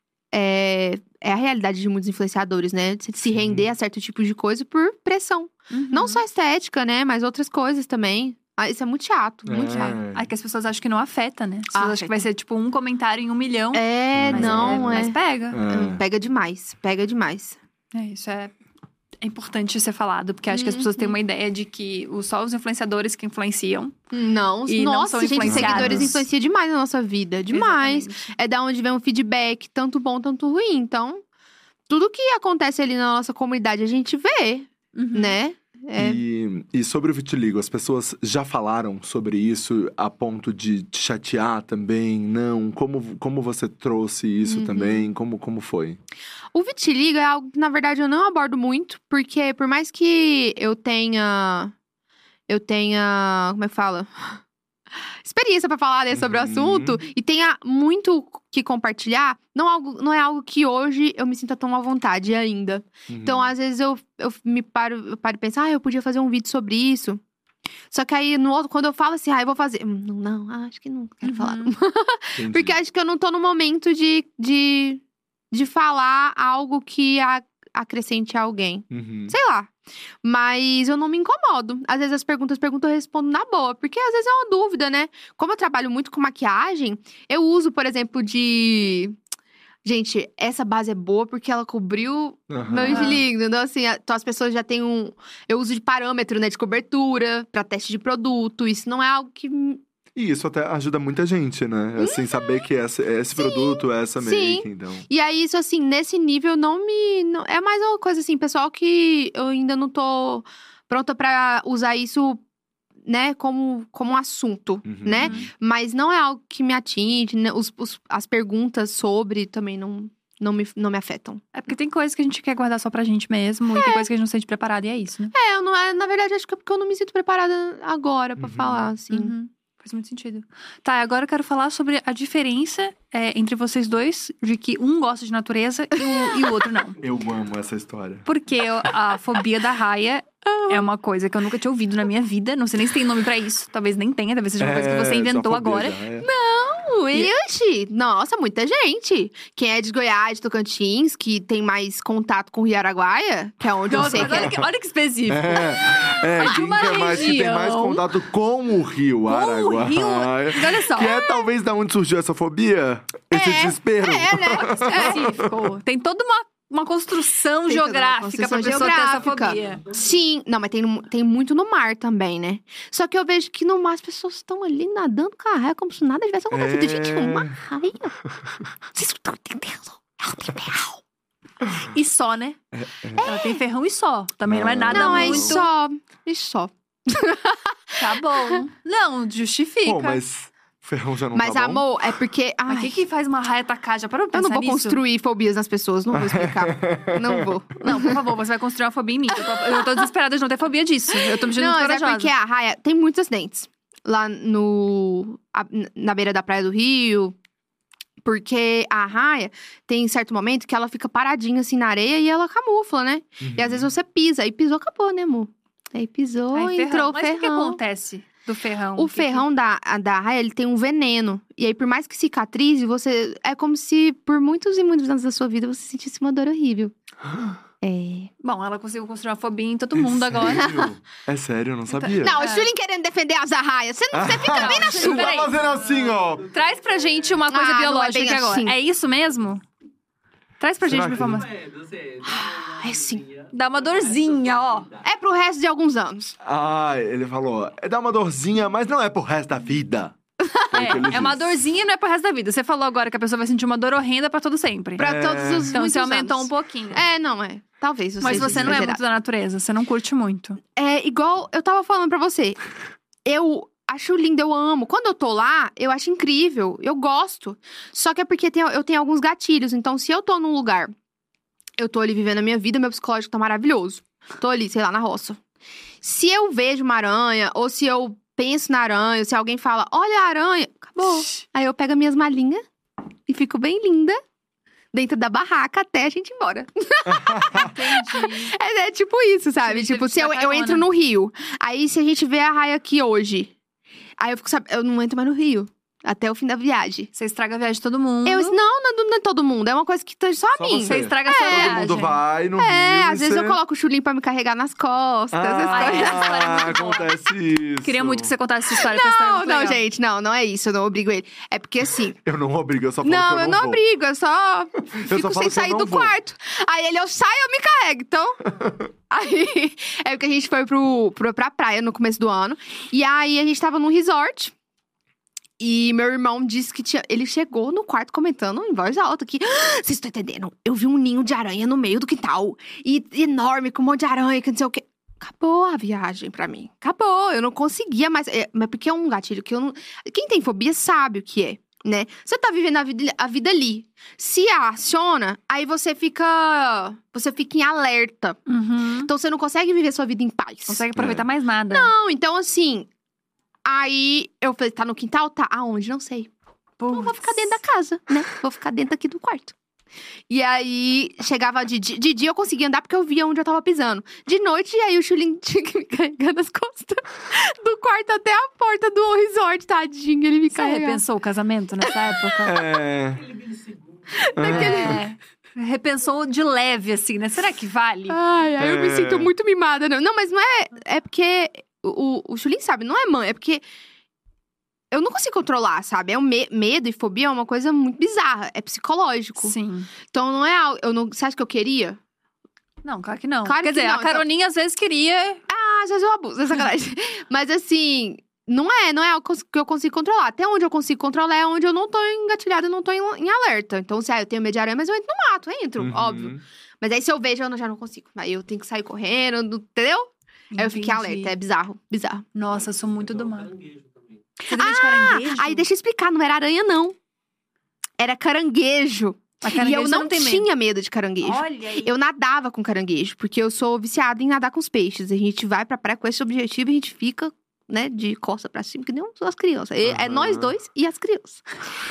é a realidade de muitos influenciadores, né? De se render a certo tipo de coisa por pressão. Uhum. Não só estética, né? Mas outras coisas também. Isso é muito chato, muito chato. Aí que as pessoas acham que não afeta, né? As pessoas acham que vai ser, tipo, um comentário em 1 milhão. Mas pega. Pega demais, pega demais. Isso é importante ser falado. Porque acho que as pessoas têm uma ideia de que só os influenciadores que influenciam. Não, E não nossa, são gente, influenciados. seguidores influenciam demais na nossa vida. Demais. Exatamente. É da onde vem um feedback, tanto bom, tanto ruim. Então, tudo que acontece ali na nossa comunidade, a gente vê, Uhum. né? E sobre o vitiligo, as pessoas já falaram sobre isso a ponto de te chatear também? Não? Como você trouxe isso também? Como foi? O vitiligo é algo que, na verdade, eu não abordo muito. Porque por mais que eu tenha… Como é que fala? Experiência pra falar, né, sobre o assunto. E tenha muito que compartilhar. Não é algo que hoje eu me sinta tão à vontade ainda. Então, às vezes, eu paro e penso… eu podia fazer um vídeo sobre isso. Só que aí, quando eu falo assim… eu vou fazer… Não, acho que não quero falar. Entendi. Porque acho que eu não tô no momento de falar algo que acrescente a alguém. Sei lá. Mas eu não me incomodo. Às vezes as perguntas eu respondo na boa. Porque às vezes é uma dúvida, né? Como eu trabalho muito com maquiagem, eu uso, por exemplo, gente, essa base é boa porque ela cobriu meu vitiligo. Então, assim, então as pessoas já têm eu uso de parâmetro, né? De cobertura, pra teste de produto. Isso não é algo que… E isso até ajuda muita gente, né? Assim, saber que esse produto, essa make, então… E aí, isso assim, nesse nível é mais uma coisa assim, pessoal, que eu ainda não tô pronta pra usar isso, né, como um assunto, né? Mas não é algo que me atinge, né? As perguntas sobre também não me afetam. É porque tem coisas que a gente quer guardar só pra gente mesmo. E tem coisas que a gente não se sente preparada, e é isso, né? Na verdade, acho que é porque eu não me sinto preparada agora pra falar, assim. Uhum. Faz muito sentido. Tá, agora eu quero falar sobre a diferença entre vocês dois, de que um gosta de natureza e o outro não. Eu amo essa história. Porque a fobia da raia é uma coisa que eu nunca tinha ouvido na minha vida. Não sei nem se tem nome pra isso. Talvez nem tenha, talvez seja uma coisa que você inventou agora. Ixi, nossa, muita gente. Quem é de Goiás, de Tocantins, que tem mais contato com o Rio Araguaia, que é onde eu sei que olha que específico. Quem uma que tem mais região. contato com o Rio Araguaia. O Rio, olha só. Que é talvez da onde surgiu essa fobia? Esse desespero? né? Específico. Tem toda uma construção Tem toda uma geográfica pra construção pessoa ter essa geográfica. fobia. Sim, não, mas tem muito no mar também, né? Só que eu vejo que no mar as pessoas estão ali nadando com a raia como se nada tivesse acontecido. Gente, uma raia. Vocês estão entendendo? Ela tem ferrão. E só, né? Ela tem ferrão e só. Também não é nada Não, muito… é só. Tá bom. Não, justifica. Pô, mas ferrão já não Mas, tá bom? amor, é porque… Mas o que faz uma raia atacar? Já parou pra Eu pensar não vou nisso? construir fobias nas pessoas, não vou explicar. Não vou. Não, por favor, você vai construir uma fobia em mim. Eu tô desesperada de não ter fobia disso. Eu tô me sentindo Não, muito mas é corajosa. porque a raia tem muitos acidentes. Lá na beira da Praia do Rio. Porque a raia tem certo momento que ela fica paradinha assim na areia e ela camufla, né? E às vezes você pisa. Aí pisou, acabou, né, amor? Aí pisou, Ai, entrou Mas o que ferrão. acontece? Do ferrão. O ferrão da arraia, ele tem um veneno. E aí, por mais que cicatrize, você... É como se, por muitos e muitos anos da sua vida, você sentisse uma dor horrível. Bom, ela conseguiu construir uma fobia em todo mundo agora. É sério, eu não sabia. Não, o Julinho querendo defender as arraias. Você fica bem na Você sua. tá fazendo assim, ó. Traz pra gente uma coisa não é biológica bem aqui agora. assim. É isso mesmo? Traz pra Será gente uma que- informação. É sim. Dá uma dorzinha, ó. É pro resto de alguns anos. Ah, ele falou, dá uma dorzinha, mas não é pro resto da vida. Foi o que ele É uma disse. dorzinha e não é pro resto da vida. Você falou agora que a pessoa vai sentir uma dor horrenda pra todo sempre. Pra todos os Então muitos você aumentou anos. um pouquinho. Não é. Talvez você Mas você não é exagerado. muito da natureza, você não curte muito. É igual eu tava falando pra você. Eu acho lindo, eu amo. Quando eu tô lá, eu acho incrível. Eu gosto. Só que é porque eu tenho alguns gatilhos. Então, se eu tô num lugar, eu tô ali vivendo a minha vida, meu psicológico tá maravilhoso. Tô ali, sei lá, na roça. Se eu vejo uma aranha, ou se eu penso na aranha, ou se alguém fala, olha a aranha, acabou. Aí eu pego as minhas malinhas e fico bem linda dentro da barraca até a gente ir embora. Entendi. É tipo isso, sabe? Gente, Tipo, ele se eu te dá carona. entro no rio, aí se a gente vê a raia aqui hoje, aí eu fico sabendo, eu não entro mais no rio. Até o fim da viagem. Você estraga a viagem de todo mundo. Não é todo mundo. É uma coisa que tá só a Só mim. Você você. estraga a sua Todo viagem. mundo vai no Rio Às e vezes você... eu coloco o chulinho pra me carregar nas costas. essas coisas. essa história é muito boa. acontece isso. Queria muito que você contasse essa história. porque essa história é muito legal. Gente, não é isso. Eu não obrigo ele. É porque assim. Eu não obrigo, eu só falo que Não, eu eu não não vou. obrigo. Eu só só fico falo sem que eu sair não do vou. quarto. Aí eu saio, eu me carrego. Então. Aí. É porque a gente foi pra praia no começo do ano. E aí a gente tava num resort. E meu irmão disse que tinha... Ele chegou no quarto comentando em voz alta que... Vocês estão entendendo? Eu vi um ninho de aranha no meio do quintal. E enorme, com um monte de aranha, que não sei o quê. Acabou a viagem pra mim. Acabou. Eu não conseguia mais... Mas porque é um gatilho que eu não... Quem tem fobia sabe o que é, né? Você tá vivendo a vida ali. Se aciona, aí você fica em alerta. Uhum. Então você não consegue viver sua vida em paz. Consegue aproveitar mais nada. Não, então assim... Aí eu falei, tá no quintal? Tá. Aonde? Não sei. Então, vou ficar dentro da casa, né? Vou ficar dentro aqui do quarto. E aí, chegava de dia eu conseguia andar porque eu via onde eu tava pisando. De noite, aí o chulinho tinha que me carregar nas costas. Do quarto até a porta do resort, tadinho. Ele me Você carregava. repensou o casamento nessa época? Repensou de leve, assim, né? Será que vale? Ai, eu me É. sinto muito mimada. Não, mas não é... É porque... O chulinho sabe, não é mãe. É porque... Eu não consigo controlar, sabe? Medo e fobia é uma coisa muito bizarra. É psicológico. Sim. Então não é algo... Você acha que eu queria? Não, claro que não. Claro Quer que dizer, não, a Carolinha às vezes queria... Às vezes eu abuso, é sacanagem. Mas assim, não é algo que eu consigo controlar. Até onde eu consigo controlar é onde eu não tô engatilhada, eu não tô em alerta. Então, se eu tenho medo de aranha, mas eu entro no mato, eu entro, Uhum. óbvio. Mas aí se eu vejo, eu já não consigo. Aí eu tenho que sair correndo, entendeu? Aí eu fico em Entendi. alerta, é bizarro. Nossa, eu sou muito do mar. Você tem medo de caranguejo? Aí deixa eu explicar, não era aranha, não. Era caranguejo. Mas E caranguejo eu você não tem medo. tinha medo de caranguejo. Olha aí. Eu nadava com caranguejo, porque eu sou viciada em nadar com os peixes. A gente vai pra praia com esse objetivo e a gente fica, né, de costa pra cima, que nem as crianças. É nós dois e as crianças.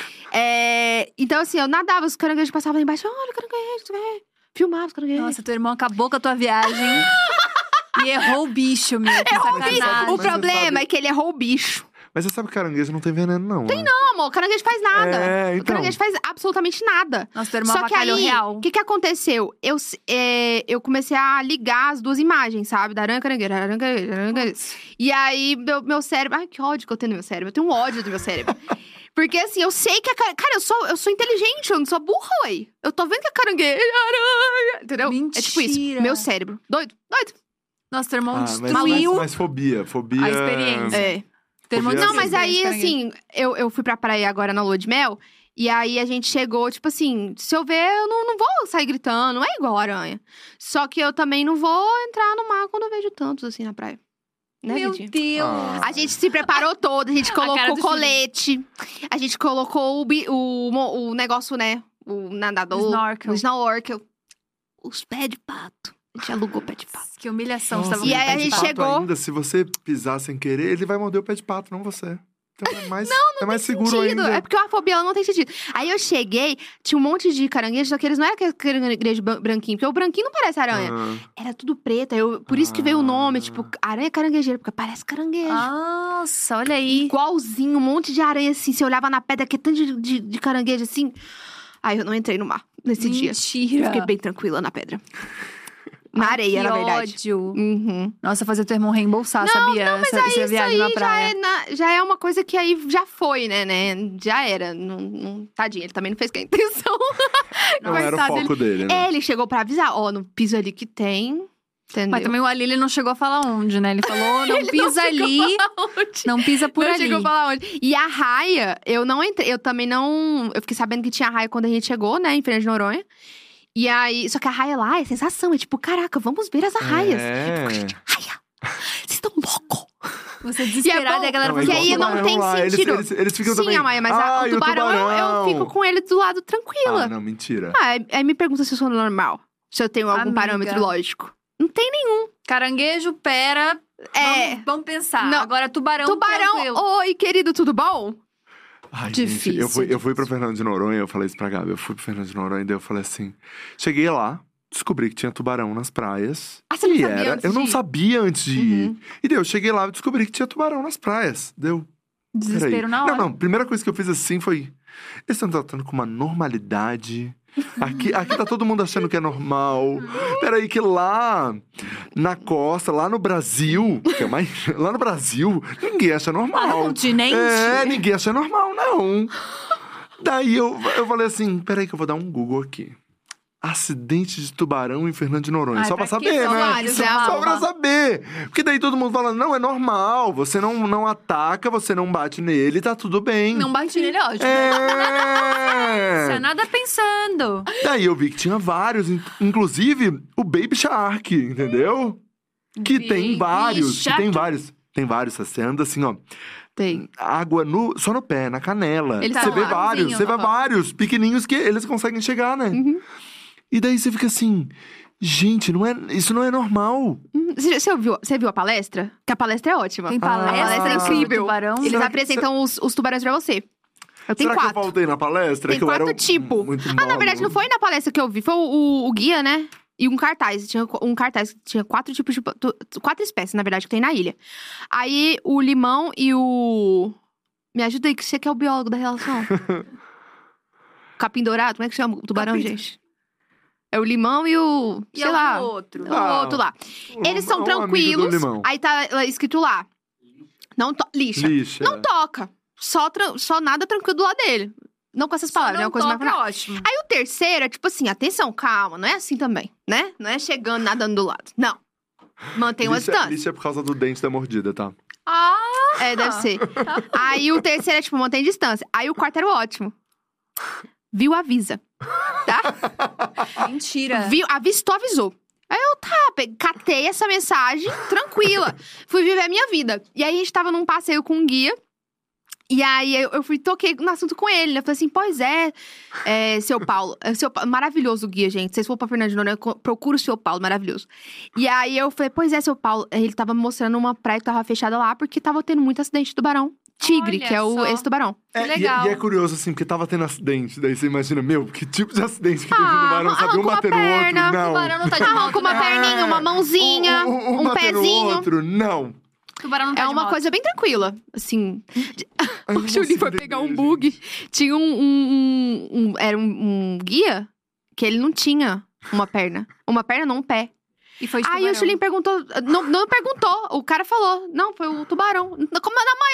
Então, assim, eu nadava, os caranguejos passavam lá embaixo. Olha o caranguejo, tu vê? Filmava os caranguejos. Nossa, teu irmão acabou com a tua viagem. E errou o bicho, meu. Que sacanagem. O Mas problema você sabe- é que ele errou o bicho. Mas você sabe que caranguejo não tem veneno, não. Tem Não, amor, o caranguejo faz nada. É, O então. caranguejo faz absolutamente nada. Nossa, teu irmão Só que avacalhou aí, real. o que aconteceu? Eu comecei a ligar as duas imagens, sabe? Da aranha caranguejo, aranha caranguejo, aranha caranguejo. E aí, meu cérebro... Ai, que ódio que eu tenho no meu cérebro. Eu tenho um ódio do meu cérebro. Porque, assim, eu sei que cara, eu sou inteligente, eu não sou burra, ué. Eu tô vendo que é caranguejo, aranha, entendeu? É tipo isso. Mentira. Meu cérebro. Doido. Nossa, teu irmão Mas destruiu fobia. a experiência. É. Teu irmão Fobia Não, Sim. mas destruiu aí, esse caranguejo. assim, eu fui pra praia agora na lua de mel. E aí, a gente chegou, tipo assim... Se eu ver, eu não vou sair gritando. Não é igual aranha. Só que eu também não vou entrar no mar quando eu vejo tantos, assim, na praia. Né, Meu Vidinha? Deus. Ah. A gente se preparou todo. A gente cara colocou do colete. A gente colocou o negócio, né? O nadador. Snorkel. O snorkel. Os pés de pato. A gente alugou pé de pato. Que humilhação. Nossa, Você tava E com aí pé a de gente pato. chegou- Ainda, se você pisar sem querer, ele vai morder o pé de pato, não você. Então é mais seguro sentido. ainda. É porque a fobia ela não tem sentido. Aí eu cheguei, tinha um monte de caranguejo, só que eles não eram aquele caranguejo branquinho, porque o branquinho não parece aranha. Era tudo preto. Por isso que veio o nome, tipo, aranha caranguejeira, porque parece caranguejo. Nossa, olha aí. Igualzinho, um monte de aranha assim. Você olhava na pedra, que é tanto de caranguejo assim. Aí eu não entrei no mar nesse dia. Mentira. Eu fiquei bem tranquila na pedra. Na areia, na verdade. Que ódio. Uhum. Nossa, fazer o teu irmão reembolsar, sabia? Mas aí essa isso viagem na aí praia. já é uma coisa que aí já foi, né? Já era. Tadinho, ele também não fez com a intenção. Não era o Coitado, foco dele, né? Ele chegou pra avisar. Ó, no piso ali que tem, entendeu? Mas também o Ali, ele não chegou a falar onde, né? Ele falou, não pisa ali, não pisa por não ali. chegou a falar onde. E a raia, eu não entrei. Eu também não... Eu fiquei sabendo que tinha raia quando a gente chegou, né? Em Fernando de Noronha. E aí... Só que a raia lá é sensação. É tipo, caraca, vamos ver as arraias. É tipo, gente, raia. Vocês estão loucos. Você desesperada e a galera Não, é falando... E aí igual não tem lá, sentido. Eles ficam Sim, também... Amaya, mas Ai, o tubarão, eu fico com ele do lado tranquila. Ah, não, mentira. Aí me pergunta se eu sou normal. Se eu tenho algum Amiga. parâmetro lógico. Não tem nenhum. Caranguejo, pera... Vamos pensar. Não. Agora, tubarão tranquilo. Oi, querido, tudo bom? Ai, Difícil, gente, eu fui pra Fernando de Noronha, eu falei isso pra Gabi. Eu fui pra Fernando de Noronha, daí eu falei assim... Cheguei lá, descobri que tinha tubarão nas praias. Ah, você não sabia antes Eu de não ir? sabia antes de ir. E daí eu cheguei lá e descobri que tinha tubarão nas praias. Deu... Desespero Peraí. na hora. Não, primeira coisa que eu fiz assim foi... Eles estão tratando com uma normalidade. Aqui tá todo mundo achando que é normal. Peraí, que lá na costa, lá no Brasil... lá no Brasil, ninguém acha normal. Lá no continente? Ninguém acha normal, não. Daí eu falei assim, peraí que eu vou dar um Google aqui. Acidente de tubarão em Fernando de Noronha. Ai, Só pra pra saber, que né? vários, né, Só Alva? pra saber. Porque daí todo mundo fala, não, é normal. Você não ataca, você não bate nele, tá tudo bem. Não bate nele, ótimo. Você é nada pensando. Daí eu vi que tinha vários, inclusive o Baby Shark, entendeu? Que tem Baby vários, Shark. Tem vários. Você anda assim, ó. Tem. Água só no pé, na canela. Eles Você tão vê lá, vários, você vê vários pequenininhos que eles conseguem chegar, né? E daí você fica assim, gente, isso não é normal. Você viu a palestra? Que a palestra é ótima. Tem palestra, A palestra é incrível. Tubarão. Eles Será apresentam os tubarões pra você. Eu tenho Será que eu 4. faltei na palestra? Tem que eu 4 era tipos. muito Na verdade, maluco. não foi na palestra que eu vi. Foi o guia, né? E um cartaz. Tinha um cartaz que tinha 4 tipos de... 4 espécies, na verdade, que tem na ilha. Aí, o limão e o... Me ajuda aí, que você que é o biólogo da relação. Capim dourado? Como é que chama o tubarão, gente? É o limão e o... E sei é o lá. outro. O outro lá. Eles são Um amigo do tranquilos. limão. Aí tá escrito lá. Lixa. Lixa. Não toca. Só nada tranquilo do lado dele. Não com essas palavras, é uma coisa mais toca, pra... ótimo. Aí o terceiro é tipo assim, atenção, calma, não é assim também, né? Não é chegando, nadando do lado. Não. Mantém uma distância. Lixa é por causa do dente da mordida, tá? Deve ser. Aí o terceiro é tipo, mantém distância. Aí o quarto era o ótimo. Viu, avisa. Tá? Mentira. Viu, avistou, avisou. Aí eu, catei essa mensagem, tranquila. Fui viver a minha vida. E aí a gente tava num passeio com um guia. E aí eu toquei no assunto com ele, né? Eu falei assim, pois seu Paulo. Maravilhoso o guia, gente. Se vocês for pra Fernando de Noronha, procura o seu Paulo, maravilhoso. E aí eu falei, pois seu Paulo. Ele tava me mostrando uma praia que tava fechada lá, porque tava tendo muito acidente de tubarão. Tigre, Olha que é só. esse tubarão. Que legal. E é curioso, assim, porque tava tendo acidente. Daí você imagina, que tipo de acidente que teve no tubarão? Sabe, um arrancou uma bater no outro? perna, Não. Tubarão não tá de Arranca moto, uma né? perninha, uma mãozinha, um bater no pezinho. outro, não. Tubarão não tá É de uma moto. coisa bem tranquila, assim. Eu não O Julinho foi consigo pegar um entender, bug. Tinha era um guia que ele não tinha uma perna. Uma perna, não um pé. E foi de Aí tubarão. o Julinho perguntou. Não perguntou. O cara falou. Não, foi o tubarão. Como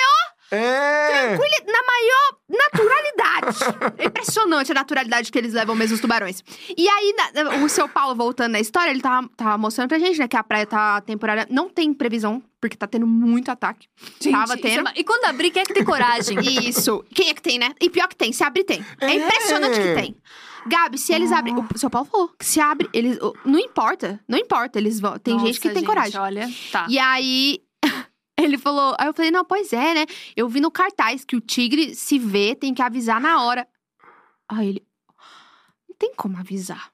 na maior naturalidade. É impressionante a naturalidade que eles levam mesmo os tubarões. E aí, o seu Paulo, voltando na história, ele tava mostrando pra gente, né, que a praia tá temporária. Não tem previsão, porque tá tendo muito ataque. Gente, Tava isso tendo. E quando abrir, quem é que tem coragem? Isso. Quem é que tem, né? E pior que tem, se abre, tem. É impressionante que tem. Gabi, se eles abrem... O seu Paulo falou que se abre, eles... Não importa, eles vão... Tem gente que tem coragem. Olha, tá. E aí, ele falou... Aí eu falei, não, pois é, né? Eu vi no cartaz que o tigre se vê, tem que avisar na hora. Aí ele... Não tem como avisar.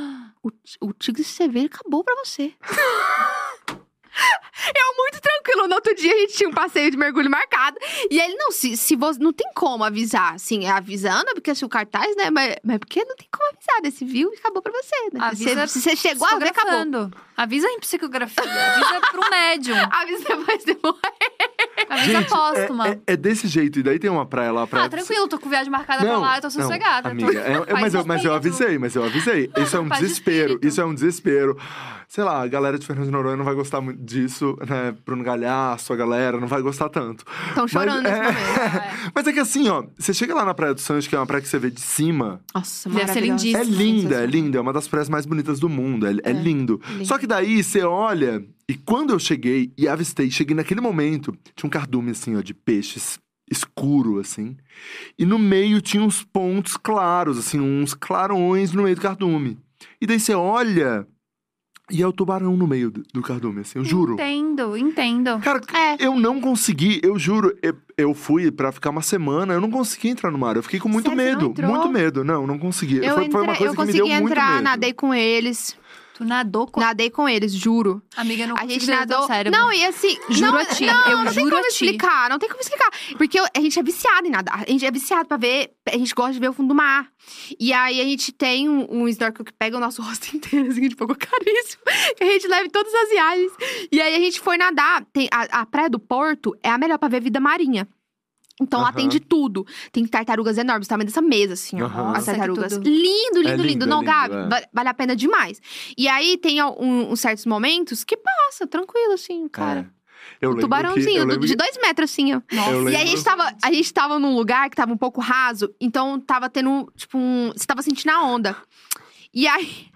O tigre se vê, ele acabou pra você. Eu muito tranquilo, outro dia a gente tinha um passeio de mergulho marcado. E ele, não, se você, não tem como avisar. Assim, avisando, porque se o cartaz, né? Mas porque não tem como avisar, né? Se viu, acabou pra você, né? Avisa Se você chegou a ver, acabou. Avisa em psicografia, avisa pro médium. Avisa depois de morrer. Avisa póstuma. É desse jeito. E daí tem uma praia lá. Praia Tranquilo, tô com viagem marcada pra lá, eu tô sossegada. Amiga, mas eu avisei. Isso é um Paz desespero. espírito. Isso é um desespero. Sei lá, a galera de Fernando de Noronha não vai gostar muito disso, né? Bruno Galhaço, a galera não vai gostar tanto. Estão chorando nesse momento. Mas é que assim, ó, você chega lá na Praia do Sancho, que é uma praia que você vê de cima. Nossa, Deve ser maravilhosa. lindíssimo. É linda. É uma das praias mais bonitas do mundo. É lindo. Só que daí você olha, e quando eu cheguei e avistei, cheguei naquele momento, tinha um cardume assim, ó, de peixes escuro, assim. E no meio tinha uns pontos claros, assim, uns clarões no meio do cardume. E daí você olha. E é o tubarão no meio do cardume, assim, eu juro. Entendo. Cara, eu não consegui, eu juro. Eu fui pra ficar uma semana, eu não consegui entrar no mar. Eu fiquei com muito Sério, você não medo, entrou? muito medo. Não consegui. Foi uma coisa eu que me deu consegui muito entrar, medo. nadei com eles. Tu nadou com... Nadei com eles, juro. Amiga, não A gente consigo ver nadou. teu cérebro. Não, e assim. Juro não, a ti, Não, eu não tem juro como a ti. explicar. Não tem como explicar. Porque a gente é viciado em nadar. A gente é viciado pra ver. A gente gosta de ver o fundo do mar. E aí a gente tem um snorkel que pega o nosso rosto inteiro, assim, a gente pagou caríssimo. Que a gente leva em todas as viagens. E aí a gente foi nadar. A Praia do Porto é a melhor pra ver vida marinha. Então lá tem de tudo. Tem tartarugas enormes, tamanho dessa mesa, assim, ó. Aham. As tartarugas. Nossa, que Lindo, lindo, É lindo. lindo, Não, é Gabi, lindo, vale a pena demais. E aí tem uns certos momentos que passa, tranquilo, assim, cara. Eu Um lembro tubarãozinho, eu lembro de 2 metros, assim, ó. Eu E aí lembro- a gente tava num lugar que tava um pouco raso, então tava tendo, tipo, você tava sentindo a onda. E aí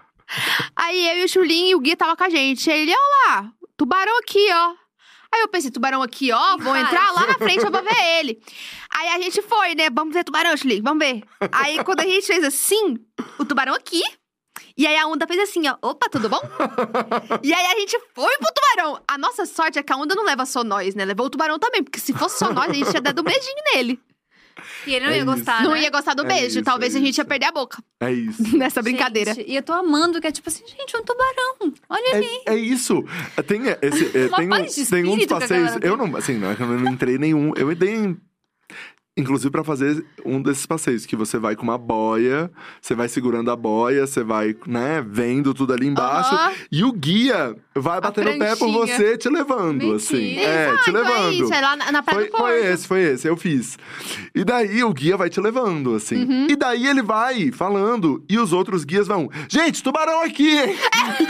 eu e o Chulinho e o Gui tava com a gente. Aí ele, olha lá, tubarão aqui, ó. Aí eu pensei, tubarão aqui, ó, vou entrar lá na frente, eu vou ver ele. Aí a gente foi, né, vamos ver tubarão, Chulinho, vamos ver. Aí quando a gente fez assim, o tubarão aqui. E aí a onda fez assim, ó, opa, tudo bom? E aí a gente foi pro tubarão. A nossa sorte é que a onda não leva só nós, né? Levou o tubarão também, porque se fosse só nós, a gente ia dar um beijinho nele. E ele não É ia gostar, Não né? ia gostar do É beijo, isso, talvez é a gente isso. ia perder a boca É isso. nessa brincadeira. Gente, e eu tô amando, que é tipo assim, gente, um tubarão. Olha ali. É isso. Tem paz de tem uns espírito que a passeios. galera Eu não, assim, não é que eu não entrei nenhum. Eu entrei inclusive pra fazer um desses passeios, que você vai com uma boia, você vai segurando a boia, você vai, né, vendo tudo ali embaixo. Aham. E o guia vai batendo o pé por pranchinha. você, te levando, assim. Mentira. É, te Então levando. é isso, é lá na Praia do Porto. Foi esse, eu fiz. E daí o guia vai te levando, assim. Uhum. E daí ele vai falando, e os outros guias vão, gente, tubarão aqui, hein? E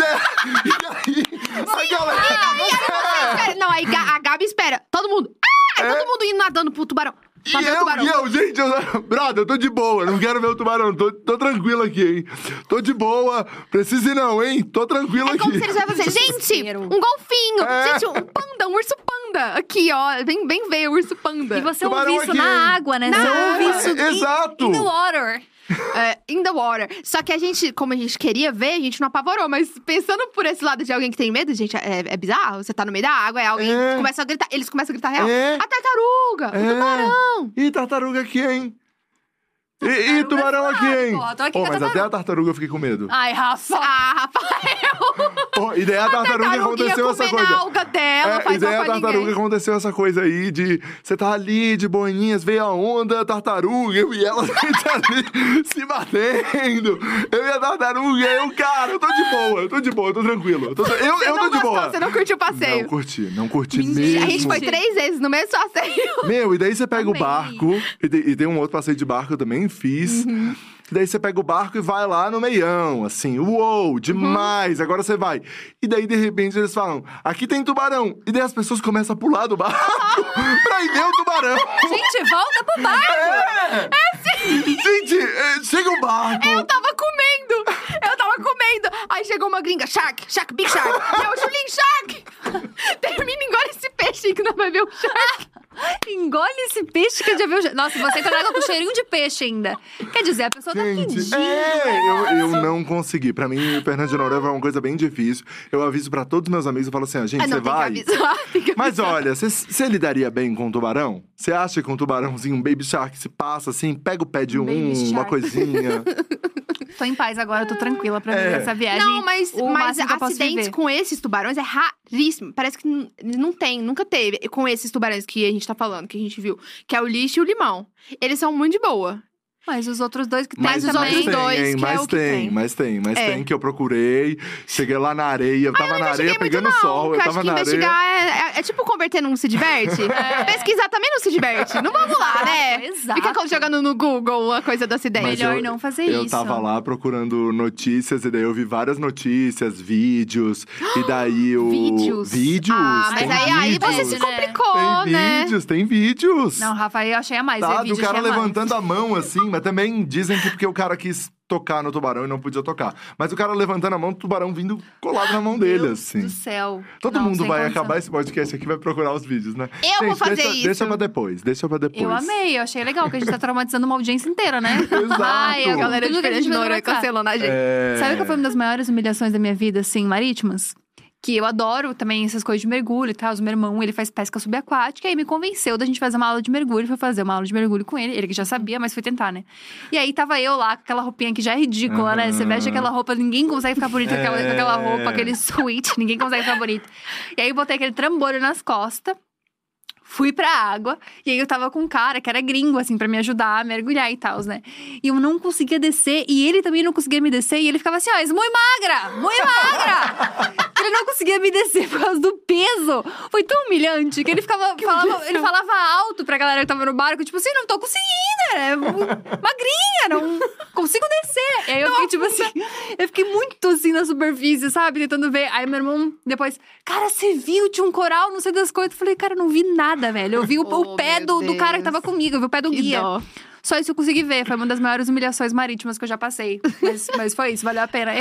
daí a galera... Não, aí a Gabi espera. Todo mundo. Todo mundo indo nadando pro tubarão. Pra ver o tubarão. Gente, brother, eu tô de boa, não quero ver o tubarão, tô tranquilo aqui, hein? Tô de boa, precisa ir não, hein? Tô tranquilo É aqui. como se eles vão fazer, gente, Desespero. um golfinho. É. Gente, um panda, um urso panda. Aqui, ó, vem ver o urso panda. E você Tubarão ouve isso aqui, na hein? água, né? Na Você ouve água, isso exato. in the water. In the water. Só que a gente, como a gente queria ver, a gente não apavorou. Mas pensando por esse lado de alguém que tem medo, gente, é bizarro. Você tá no meio da água, aí alguém começa a gritar. Eles começam a gritar real. É. A tartaruga, o tubarão. Ih, tartaruga aqui, hein? E tubarão aqui, hein? Pô, tô aqui com a Mas tartaruga. até a tartaruga eu fiquei com medo. Ai, Rafa. Ah, Rafael. Oh, e daí a tartaruga Tartaruguinha aconteceu essa comendo coisa. a alga dela, E faz daí mal a pra tartaruga ninguém. aconteceu essa coisa aí de você tá ali de boinhas, veio a onda, a tartaruga, eu e ela ali se batendo. Eu e a tartaruga, e eu, cara, eu tô de boa, eu tô tranquilo. Eu tô Você de não gostou, boa. você não curtiu o passeio. Não curti Mentira, mesmo. a gente foi 3 vezes no mesmo passeio. Meu, e daí você pega o Amei. barco, e tem um outro passeio de barco que eu também fiz. E daí você pega o barco e vai lá no meião, assim, uou, demais, agora você vai. E daí, de repente, eles falam, aqui tem tubarão. E daí as pessoas começam a pular do barco pra ir ver o tubarão. Gente, volta pro barco. Gente, chega o barco. Eu tava comendo. Aí chegou uma gringa, shark, big shark. E eu, Julinho, shark. Termina, engole esse peixe que não vai ver o shark. Engole esse peixe que eu já viu. Nossa, você entra na água com cheirinho de peixe ainda. Quer dizer, a pessoa tá Gente, pedindo. eu não consegui. Pra mim, Fernando de Noronha é uma coisa bem difícil. Eu aviso pra todos os meus amigos, eu falo assim, gente, Não, você tem vai... que avisar, tem que Mas avisar. olha, você lidaria bem com um tubarão? Você acha que um tubarãozinho, um baby shark, se passa assim, pega o pé de Baby uma shark. coisinha? Tô em paz agora, eu tô tranquila pra viver essa viagem. Não, mas o máximo que eu posso acidentes viver. com esses tubarões é raríssimo. Parece que não tem, nunca teve. Com esses tubarões que a gente tá falando, que a gente viu. Que é o lixo e o limão. Eles são muito de boa. Mas os outros dois que tem Mas os também. outros dois, hein, que é mas o que tem. Mas É. tem que eu procurei. Cheguei lá na areia, eu tava na areia pegando muito, não, sol. que Eu acho tava que na investigar areia. é tipo converter num se diverte. Pesquisar também não se diverte. Não vamos lá, né? Exato. Fica jogando no Google a coisa do acidente. Mas Melhor não fazer eu isso. tava lá procurando notícias, e daí eu vi várias notícias, vídeos. E daí o. Vídeos? Vídeos? Ah, tem mas aí vídeos. você se né? complicou, Tem né? vídeos, tem vídeos. Não, Rafa, eu achei a mais. Sabe, Vídeo, o cara achei a mais. levantando a mão assim, mas também dizem que porque o cara quis tocar no tubarão e não podia tocar. Mas o cara levantando a mão, o tubarão vindo colado na mão dele, Deus assim. do céu. Todo Não, mundo sem vai condição. acabar esse podcast aqui e vai procurar os vídeos, né? Eu vou fazer deixa, isso. Deixa pra depois, deixa pra depois. Eu amei, eu achei legal, que a gente tá traumatizando uma audiência inteira, né? Exato. Ai, A galera tudo que a gente diferente de vai Noronha trocar. cancelando a gente. É... Sabe qual foi uma das maiores humilhações da minha vida, assim, marítimas? Que eu adoro também essas coisas de mergulho e tal. O meu irmão, ele faz pesca subaquática. E aí me convenceu da gente fazer uma aula de mergulho. Foi fazer uma aula de mergulho com ele. Ele que já sabia, mas foi tentar, né? E aí tava eu lá com aquela roupinha que já é ridícula, né? Você veste aquela roupa, ninguém consegue ficar bonito com aquela roupa, aquele suíte. Ninguém consegue ficar bonito. E aí eu botei aquele trambolho nas costas. Fui pra água, e aí eu tava com um cara que era gringo, assim, pra me ajudar a mergulhar e tal, né? E eu não conseguia descer, e ele também não conseguia me descer, e ele ficava assim, ó, és muito magra! Muito magra! Ele não conseguia me descer por causa do peso. Foi tão humilhante que ele ele falava alto pra galera que tava no barco, tipo assim, não tô conseguindo, é magrinha, não consigo descer. E aí eu fiquei, tipo assim, eu fiquei muito assim na superfície, sabe? Tentando ver. Aí meu irmão, depois, cara, você viu? Tinha um coral, não sei das coisas. Eu falei, cara, eu não vi nada, velho. Eu vi o Oh, pé meu do cara que Deus. tava comigo, eu vi o pé do Que guia. dó. Só isso eu consegui ver. Foi uma das maiores humilhações marítimas que eu já passei. Mas foi isso, valeu a pena.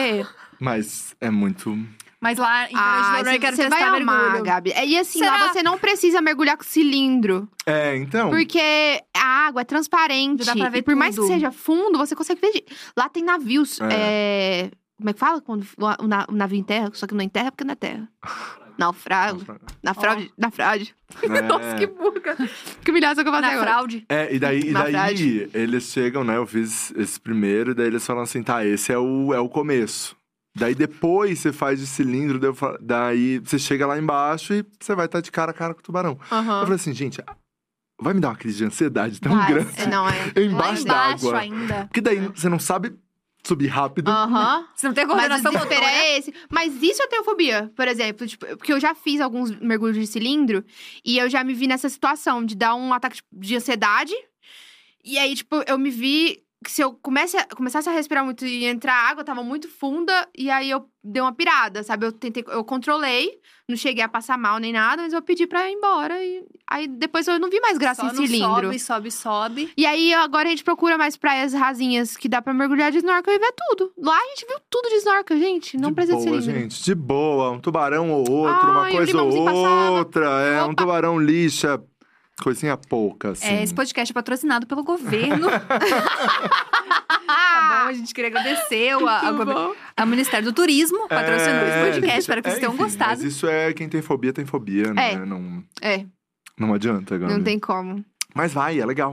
Mas é muito... Mas lá em Fernando de Noronha eu quero você vai testar amar, mergulho. Gabi. E assim, Será? lá você não precisa mergulhar com cilindro. É, então... Porque a água é transparente. Já dá pra ver e por mais que tudo. seja fundo, você consegue ver. Lá tem navios. Como é que fala? Quando o navio enterra, só que não enterra porque não é terra. Naufrágio. Naufrágio. Nossa, que burra. Que humilhação que eu passei Na agora. fraude. É, e daí Naufrágio. eles chegam, né? Eu fiz esse primeiro, e daí eles falam assim, tá, esse é o começo. Daí depois você faz de cilindro, daí você chega lá embaixo e você vai estar de cara a cara com o tubarão. Eu falei assim, gente, vai me dar uma crise de ansiedade tão Vai. grande Não, é. Lá embaixo embaixo d'água. ainda. Porque daí você não sabe subir rápido. Você não tem Mas o coordenação desespero motora. é esse. Mas isso eu tenho fobia, por exemplo. Tipo, porque eu já fiz alguns mergulhos de cilindro. E eu já me vi nessa situação de dar um ataque de ansiedade. E aí, tipo, eu me vi... que se eu começasse a respirar muito e entrar água, tava muito funda. E aí eu dei uma pirada, sabe? Eu controlei. Não cheguei a passar mal nem nada. Mas eu pedi pra ir embora. E aí depois eu não vi mais graça Só em não cilindro. sobe. E aí, agora a gente procura mais praias rasinhas que dá pra mergulhar de snorkel e ver tudo. Lá a gente viu tudo de snorkel, gente. Não de precisa de boa, cilindro. gente, de boa. Um tubarão ou outro, uma Ai, um coisa ou limãozinho passado. outra. É, um Opa. tubarão lixa, coisinha pouca, assim. Esse podcast é patrocinado pelo governo. Tá bom, a gente queria agradecer ao Ministério do Turismo, patrocinou esse podcast. Espero que vocês tenham enfim, gostado. Mas isso é quem tem fobia, né? É. Não, É, não adianta, Gabi. não tem como. Mas vai, é legal.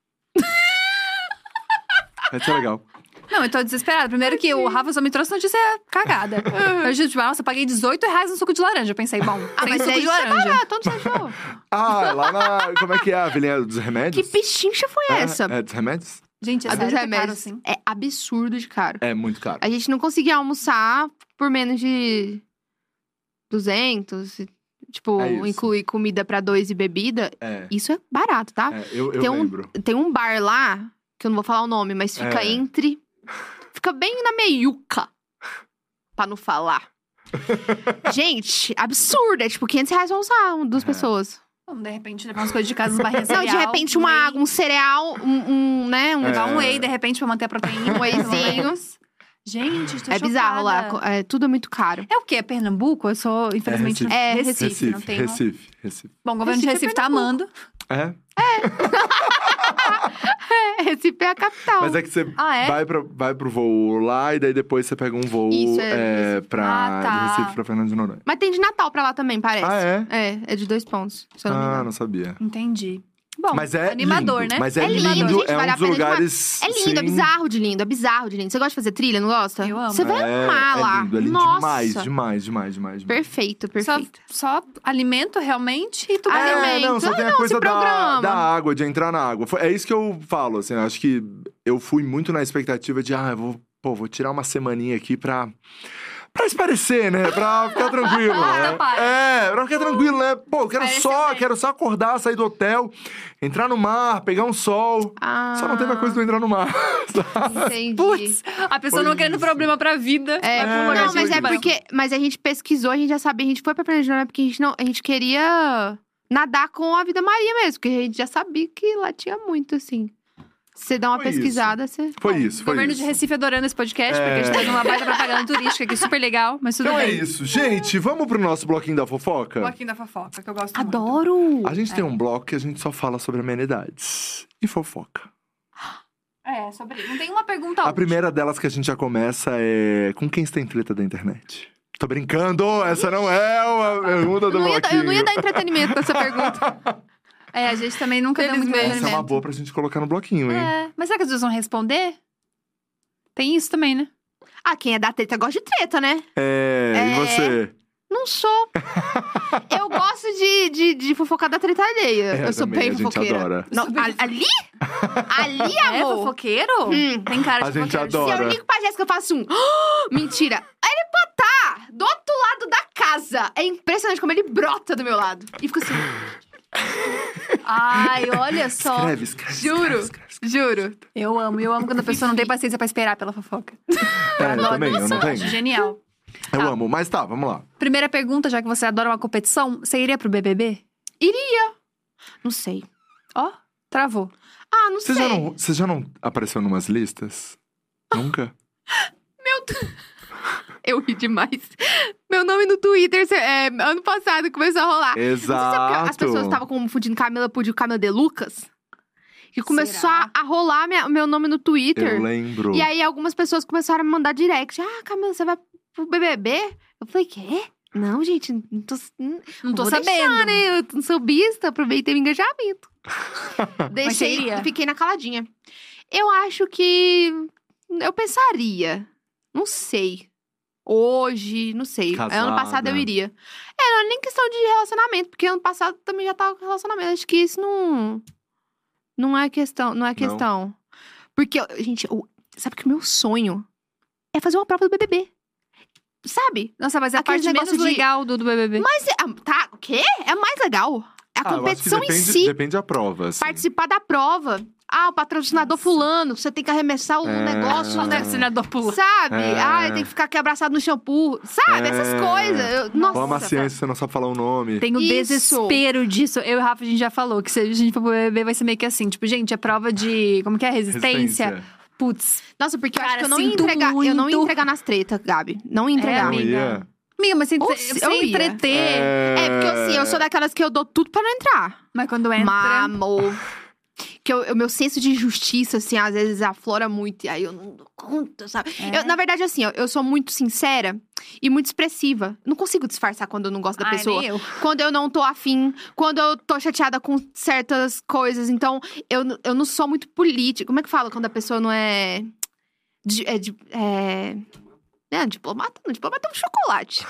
Vai ser legal. Não, eu tô desesperada. Primeiro que o Rafa só me trouxe notícia cagada. Eu disse, nossa, eu paguei R$18 no suco de laranja. Eu pensei, bom, sem Mas suco é de isso é laranja. barato, onde você achou? Ah, lá na... Como é que é a Avenida dos Que Remédios? pichincha foi essa? É dos remédios? Gente, é A dos sério que é caro, remédios. assim. É absurdo de caro. É muito caro. A gente não conseguia almoçar por menos de 200. Tipo, É isso. incluir comida pra 2 e bebida. É, Isso é barato, tá? eu Tem lembro. Tem um bar lá, que eu não vou falar o nome, mas fica entre... Fica bem na meiuca. Pra não falar. Gente, absurdo. É tipo R$500 pra almoçar, duas pessoas. Vamos, de repente, levar umas coisas de casa, umas barrinhas Não, cereal. de repente uma whey. água, um cereal, né? Levar um whey, de repente, pra manter a proteína. Um wheyzinho. Gente, estou É bizarro lá. chocada. Tudo é muito caro. É o quê? É Pernambuco? Eu sou, infelizmente, Recife. É, Recife. Não tenho... Recife. Bom, o governo de Recife é Recife tá amando. É? Recife é a capital. Mas é que você Ah, é? vai pro voo lá e daí depois você pega um voo Isso, pra Ah, tá. de Recife pra Fernando de Noronha. Mas tem de Natal pra lá também, parece. Ah, é? É de 2 pontos, se eu não me Ah, engano. não sabia. Entendi. Bom, Mas é animador, lindo, né? Mas é lindo, lindo, gente, é vale um a dos pena demais. lugares. É lindo, é sim. bizarro de lindo, é bizarro de lindo. Você gosta de fazer trilha, não gosta? Eu amo. Você vai amar lá. É lindo Nossa. demais. Perfeito, Só, perfeito. só alimento, realmente, e tudo Ah, bem. Não, só tem a não, coisa se programa. da água, de entrar na água. É isso que eu falo, assim, eu acho que eu fui muito na expectativa de, eu vou tirar uma semaninha aqui pra espairecer, né? Pra ficar tranquilo, né? Pra ficar tranquilo, né? Pô, eu quero só acordar, sair do hotel, entrar no mar, pegar um sol. Só não teve a coisa de eu entrar no mar. Entendi. Putz, a pessoa Foi não querendo isso. problema pra vida. Não, mas é porque... Mas a gente pesquisou, a gente já sabia, a gente foi pra Planejamento porque a gente queria nadar com a vida marinha mesmo, porque a gente já sabia que lá tinha muito, assim. Você dá uma Foi pesquisada, você... Foi isso. Governo de Recife adorando esse podcast, porque a gente tá numa baita propaganda turística aqui, super legal, mas tudo Então bem. é isso. Gente, vamos pro nosso bloquinho da fofoca? Bloquinho da fofoca, que eu gosto muito. Adoro! A gente tem um bloco que a gente só fala sobre amenidades e fofoca. Sobre... Não tem uma pergunta A primeira delas que a gente já começa é: com quem você tem treta da internet? Tô brincando, essa não é uma pergunta do bloquinho. Eu não ia dar entretenimento pra essa pergunta. A gente também nunca deu muito Felizmente. Essa é uma entretenimento. boa pra gente colocar no bloquinho, hein? Mas será que as pessoas vão responder? Tem isso também, né? Quem é da treta gosta de treta, né? E você? Não sou. Eu gosto de fofocar da treta alheia. Eu sou também, bem a gente fofoqueira. adora. Não, ali? Ali, É amor. fofoqueiro? Tem cara de A gente fofoqueiro. adora. Se eu ligo pra Jéssica, eu faço um... Mentira. Aí ele botar do outro lado da casa. É impressionante como ele brota do meu lado. E fica assim... Ai, olha só. Escreve. Juro. Eu amo quando a pessoa não tem paciência pra esperar pela fofoca. Eu também, eu não tenho. Genial. Eu amo, mas tá, vamos lá. Primeira pergunta, já que você adora uma competição, você iria pro BBB? Não sei. Ó, travou. Não sei. Você já não apareceu numas listas? Nunca? Eu ri demais. Meu nome no Twitter, ano passado, começou a rolar. Exato. Não sei se é porque as pessoas estavam confundindo Camila Pudim com Camila De Lucas. Que começou a rolar meu nome no Twitter. Eu lembro. E aí, algumas pessoas começaram a me mandar direct. Camila, você vai pro BBB? Eu falei, quê? Não, gente, não tô tô vou sabendo. deixar, né? Eu não sou bista, aproveitei o engajamento. Mas você iria? Fiquei na caladinha. Eu acho que... Eu pensaria. Não sei. Hoje, não sei. Casada. Ano passado eu iria. Não é nem questão de relacionamento, porque ano passado também já tava com relacionamento. Acho que isso não é questão. Não é questão. Porque, gente, sabe que o meu sonho é fazer uma prova do BBB. Sabe? Nossa, mas é a Aquele parte menos negócio de- legal do BBB. Mas, o quê? É mais legal. É a Eu acho que competição em si. Depende da prova, assim. Participar da prova. O patrocinador fulano, você tem que arremessar o negócio, né? Patrocinador pula. Sabe? É. Tem que ficar aqui abraçado no shampoo. Sabe? Essas coisas. Nossa. Ou a maciência, você não sabe falar o nome. Tem o Isso. desespero disso. Eu e o Rafa, a gente já falou que se a gente for pro BBB, vai ser meio que assim. Tipo, gente, é prova de... Como que é? Resistência? Putz. Nossa, porque eu Cara, acho que eu não ia sinto entregar. Eu não ia muito. entregar nas tretas, Gabi. Não ia entregar. Não amiga. ia. Amiga, mas sem, Ou sem eu ia. entreter. Porque assim, eu sou daquelas que eu dou tudo pra não entrar. Mas quando entra... Amor. Que o meu senso de justiça, assim, às vezes aflora muito. E aí eu não dou conta, sabe? Na verdade, assim, eu sou muito sincera e muito expressiva. Não consigo disfarçar quando eu não gosto da Ai, pessoa. nem eu. Quando eu não tô afim. Quando eu tô chateada com certas coisas. Então, eu não sou muito política. Como é que fala quando a pessoa não é... diplomata? Não, diplomata é um chocolate.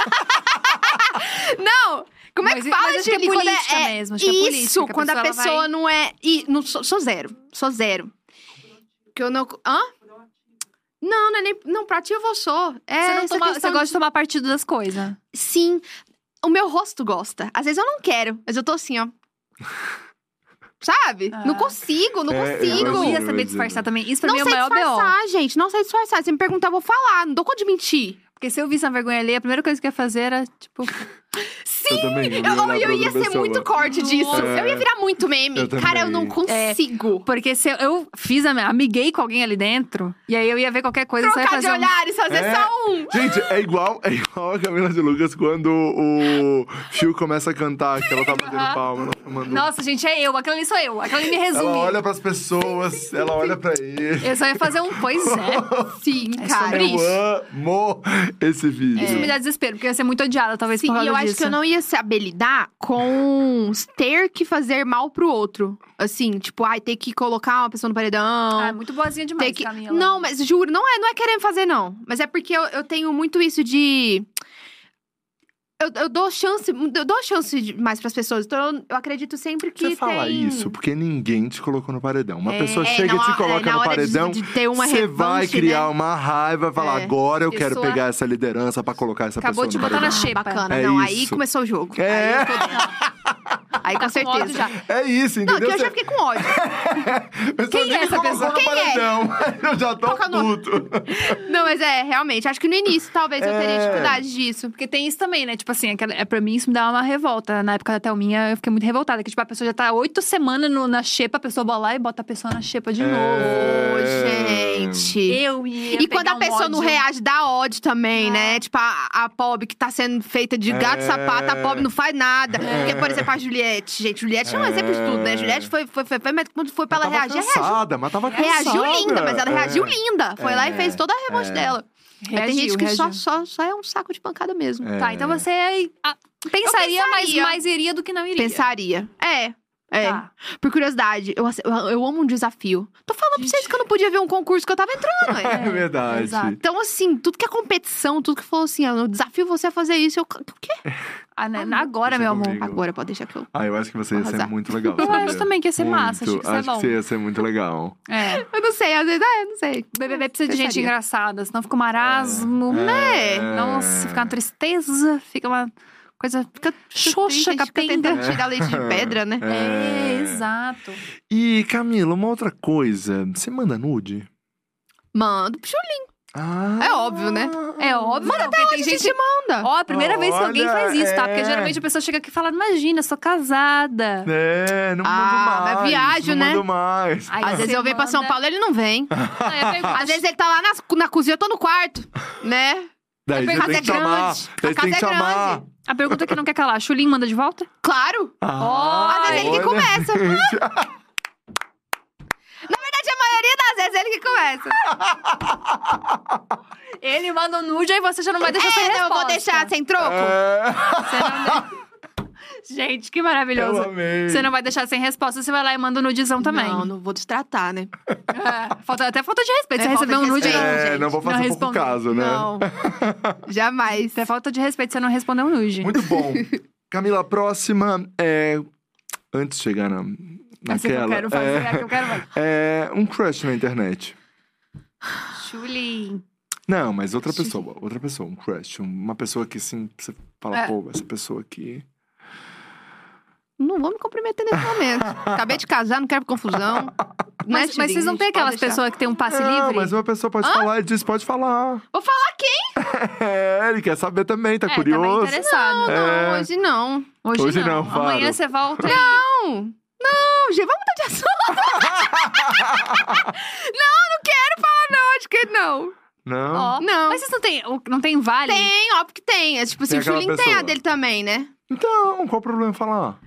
Não! Como é que fala, mas acho que é Julie? Quando política mesmo, acho que é Isso, política, quando a pessoa ela vai- não é... Não, sou zero. Sou zero. Que eu não... Hã? Não é nem... Não, pra ti eu vou sou. Você, não essa toma, você questão gosta de tomar partido das coisas. Sim. O meu rosto gosta. Às vezes eu não quero, mas eu tô assim, ó. Sabe? Não consigo, não É, consigo. Eu não ia Imagino. saber disfarçar também. Isso pra Não mim é o sei maior B.O. disfarçar, gente. Não sei disfarçar. Se me perguntar, eu vou falar. Não dou conta de mentir. Porque se eu visse uma vergonha alheia, a primeira coisa que eu ia fazer era, tipo... Eu também. Eu ia ser muito corte disso. É. Eu ia virar muito meme. Eu Cara, eu não também. consigo. Porque se eu amiguei com alguém ali dentro, e aí eu ia ver qualquer coisa, só ia Trocar de fazer olhares, fazer É. só um. Gente, é igual a Camila de Lucas quando o Phil começa a cantar, que ela tá batendo palma. Ela mandou... Nossa, gente, é eu. Aquela ali sou eu. Aquela ali me resume. Ela olha pras pessoas, ela olha pra ele. Eu só ia fazer um pois é. Sim, É cara. sobre isso. esse vídeo. Isso me dá desespero, porque eu ia ser muito odiada, talvez, Sim, por causa e eu disso. acho que eu não ia saber lidar com ter que fazer mal pro outro. Assim, tipo, ter que colocar uma pessoa no paredão. Ah, é muito boazinha demais, ter que... Camila. Não, mas juro, não é querendo fazer, não. Mas é porque eu tenho muito isso de... Eu dou chance mais pras pessoas. Então, eu acredito sempre que Você fala tem... isso porque ninguém te colocou no paredão. Uma pessoa É, chega e na te hora- coloca na no hora paredão, de ter uma você vai revanche, criar né? uma raiva e falar, agora eu quero Pessoa- pegar essa liderança pra colocar essa Acabou pessoa de no botar paredão. na xepa. Bacana. É Não, aí isso. começou o jogo. É. Aí eu tô dentro. Aí com com ódio certeza. já. É isso, Não, entendeu? que eu já fiquei com ódio. Quem é essa pessoa? Quem é? Eu já tô Qual que é o nome? puto. Não, mas realmente. Acho que no início, talvez, eu teria dificuldade disso. Porque tem isso também, né? Tipo assim, pra mim isso me dá uma revolta. Na época da Thelminha, eu fiquei muito revoltada. Que tipo, a pessoa já tá 8 semanas na xepa, a pessoa bola lá e bota a pessoa na xepa de novo. Ô, gente. Eu ia E quando pegar a pessoa não ódio. reage, dá ódio também, né? Tipo, a pobre que tá sendo feita de gato e sapato, a pobre não faz nada. Porque, por exemplo, a Juliette. Gente, Juliette é um exemplo de tudo, né? Juliette foi, mas quando foi pra ela Tava reagir, ela reagiu. cansada, mas tava cansada. Reagiu linda, mas ela reagiu linda. Foi lá e fez toda a revanche dela. Mas tem Reagiu, gente que reagiu. só é um saco de pancada mesmo. Tá, então você pensaria, mas pensaria. mais iria do que não iria. Pensaria. É. Tá. Por curiosidade, eu amo um desafio. Tô falando pra vocês que eu não podia ver um concurso que eu tava entrando, É verdade. exato. Então, assim, tudo que é competição, tudo que falou assim, eu desafio você a fazer isso, o quê? Agora, Deixa meu amor. comigo. Agora pode deixar que eu... Eu acho que você ia ser Arrasar. muito legal. Eu sabia? acho também que ia ser massa, acho que isso é Acho bom. que você ia ser muito legal. É. Eu não sei, às vezes, não sei. O BBB precisa de gente Pensaria. engraçada, senão fica um marasmo. Né? Nossa, fica uma tristeza, fica uma coisa. Fica xoxa, Fica capenga. tentando tirar leite de pedra, né? É, exato. E, Camila, uma outra coisa. Você manda nude? Manda pro Julinho. Ah. É óbvio, né? É óbvio, não, porque tem A gente. gente manda. Ó, a primeira vez que alguém Olha, faz isso, tá? Porque é. geralmente a pessoa chega aqui e fala: imagina, sou casada. Não Ah, mando mais. mas viajo, não né? mando mais. Aí Às vezes você eu venho pra São manda- Paulo, ele não vem. Aí eu pergunto, Às vezes ele tá lá na cozinha, eu tô no quarto, né? Daí A você casa tem é que chamar. grande. Daí A você tem que casa é chamar. grande. a pergunta que não quer calar: Chulinho manda de volta? Claro! Ah, Às vezes ele que olha, começa. gente. Na verdade, a maioria das vezes é ele que começa. Ele manda um nude, aí você já não vai deixar sem Não, resposta. eu vou deixar sem troco. Você não Gente, que maravilhoso. Eu amei. Você não vai deixar sem resposta, você vai lá e manda um nudezão também. Não vou destratar, né? Até falta de respeito. Você É receber falta um de nude respeito. aí. É, não vou fazer Não pouco responder. caso, né? Não. Jamais. Até falta de respeito você não responder um nude. Muito bom. Camila, a próxima é... Antes de chegar Essa que eu naquela... quero fazer, é a que eu quero fazer. É um crush na internet. Chuli. Não, mas outra pessoa, um crush. Uma pessoa que, assim, você fala, pô, essa pessoa aqui... Não vou me comprometer nesse momento. Acabei de casar, não quero confusão. Mas vocês não têm aquelas pessoas que têm um passe Não, livre? mas uma pessoa pode falar, ele disse, pode falar. Vou falar quem? Ele quer saber também, tá Tá curioso. meio interessado. Não, hoje não. Hoje não, fala. Amanhã você volta. Não, Gê, vamos mudar de assunto. não quero falar não, acho que não. Não? Ó, Não. Mas vocês não tem vale? Tem, óbvio que tem. É tipo assim, Tem o aquela Julinho tem pessoa. a dele também, né? Então, qual o problema em falar?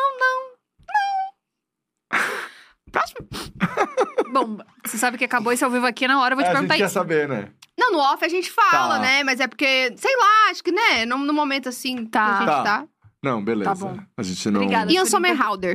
Próximo. Bom, você sabe que acabou esse ao vivo aqui na hora, eu vou te A gente perguntar quer isso. saber, né? Não, no off a gente fala, Tá. né? Mas é porque, sei lá, acho que, né? No momento assim Tá. que a gente Tá. tá. Não, beleza. Tá bom. A gente não... Obrigada. Ian Julinho, Sommerhalder.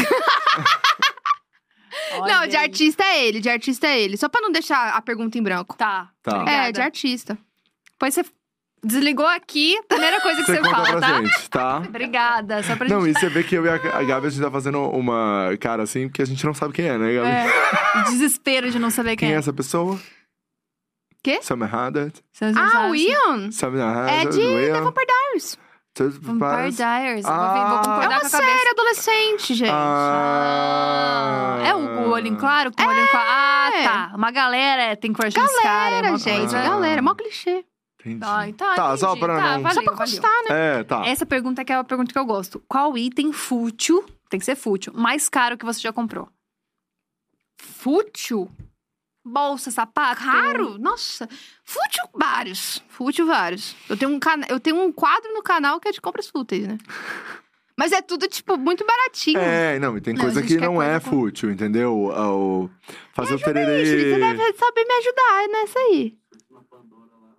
Olha Não, de aí. artista é ele. Só pra não deixar a pergunta em branco. Tá. Tá. Obrigada. É, de artista. Depois você desligou aqui, primeira coisa que você conta fala, pra tá? gente, tá? Obrigada. Só pra Não, gente... e você vê que eu e a Gabi, a gente tá fazendo uma cara assim, porque a gente não sabe quem é, né, Gabi? É, desespero de não saber Quem quem é é. essa pessoa? Quê? Summerhada. Vocês não Ah, sabem. o Ian? Summerhada. É de The Vampire Diaries. Vampire Diaries. Vou Ah. concordar É uma com a cabeça. série adolescente, gente. Ah. É o olhinho claro com o olhinho claro. Ah, tá. Uma galera tem crush nesse cara. É Galera, uma gente, coisa... galera. Mó clichê. Entendi. Tá, só entendi. pra Tá, não... valeu, Só pra valeu. constar, né? É, tá. Essa pergunta que é a pergunta que eu gosto. Qual item fútil, tem que ser fútil, mais caro que você já comprou? Fútil? Bolsa, sapato? Caro? Nossa. Fútil, vários. Eu tenho um quadro no canal que é de compras fúteis, né? Mas é tudo, tipo, muito baratinho. É, não, e tem Não, coisa a gente que quer não é coisa com- fútil, entendeu? Fazer o Gente, você tererê. deve saber me ajudar nessa aí.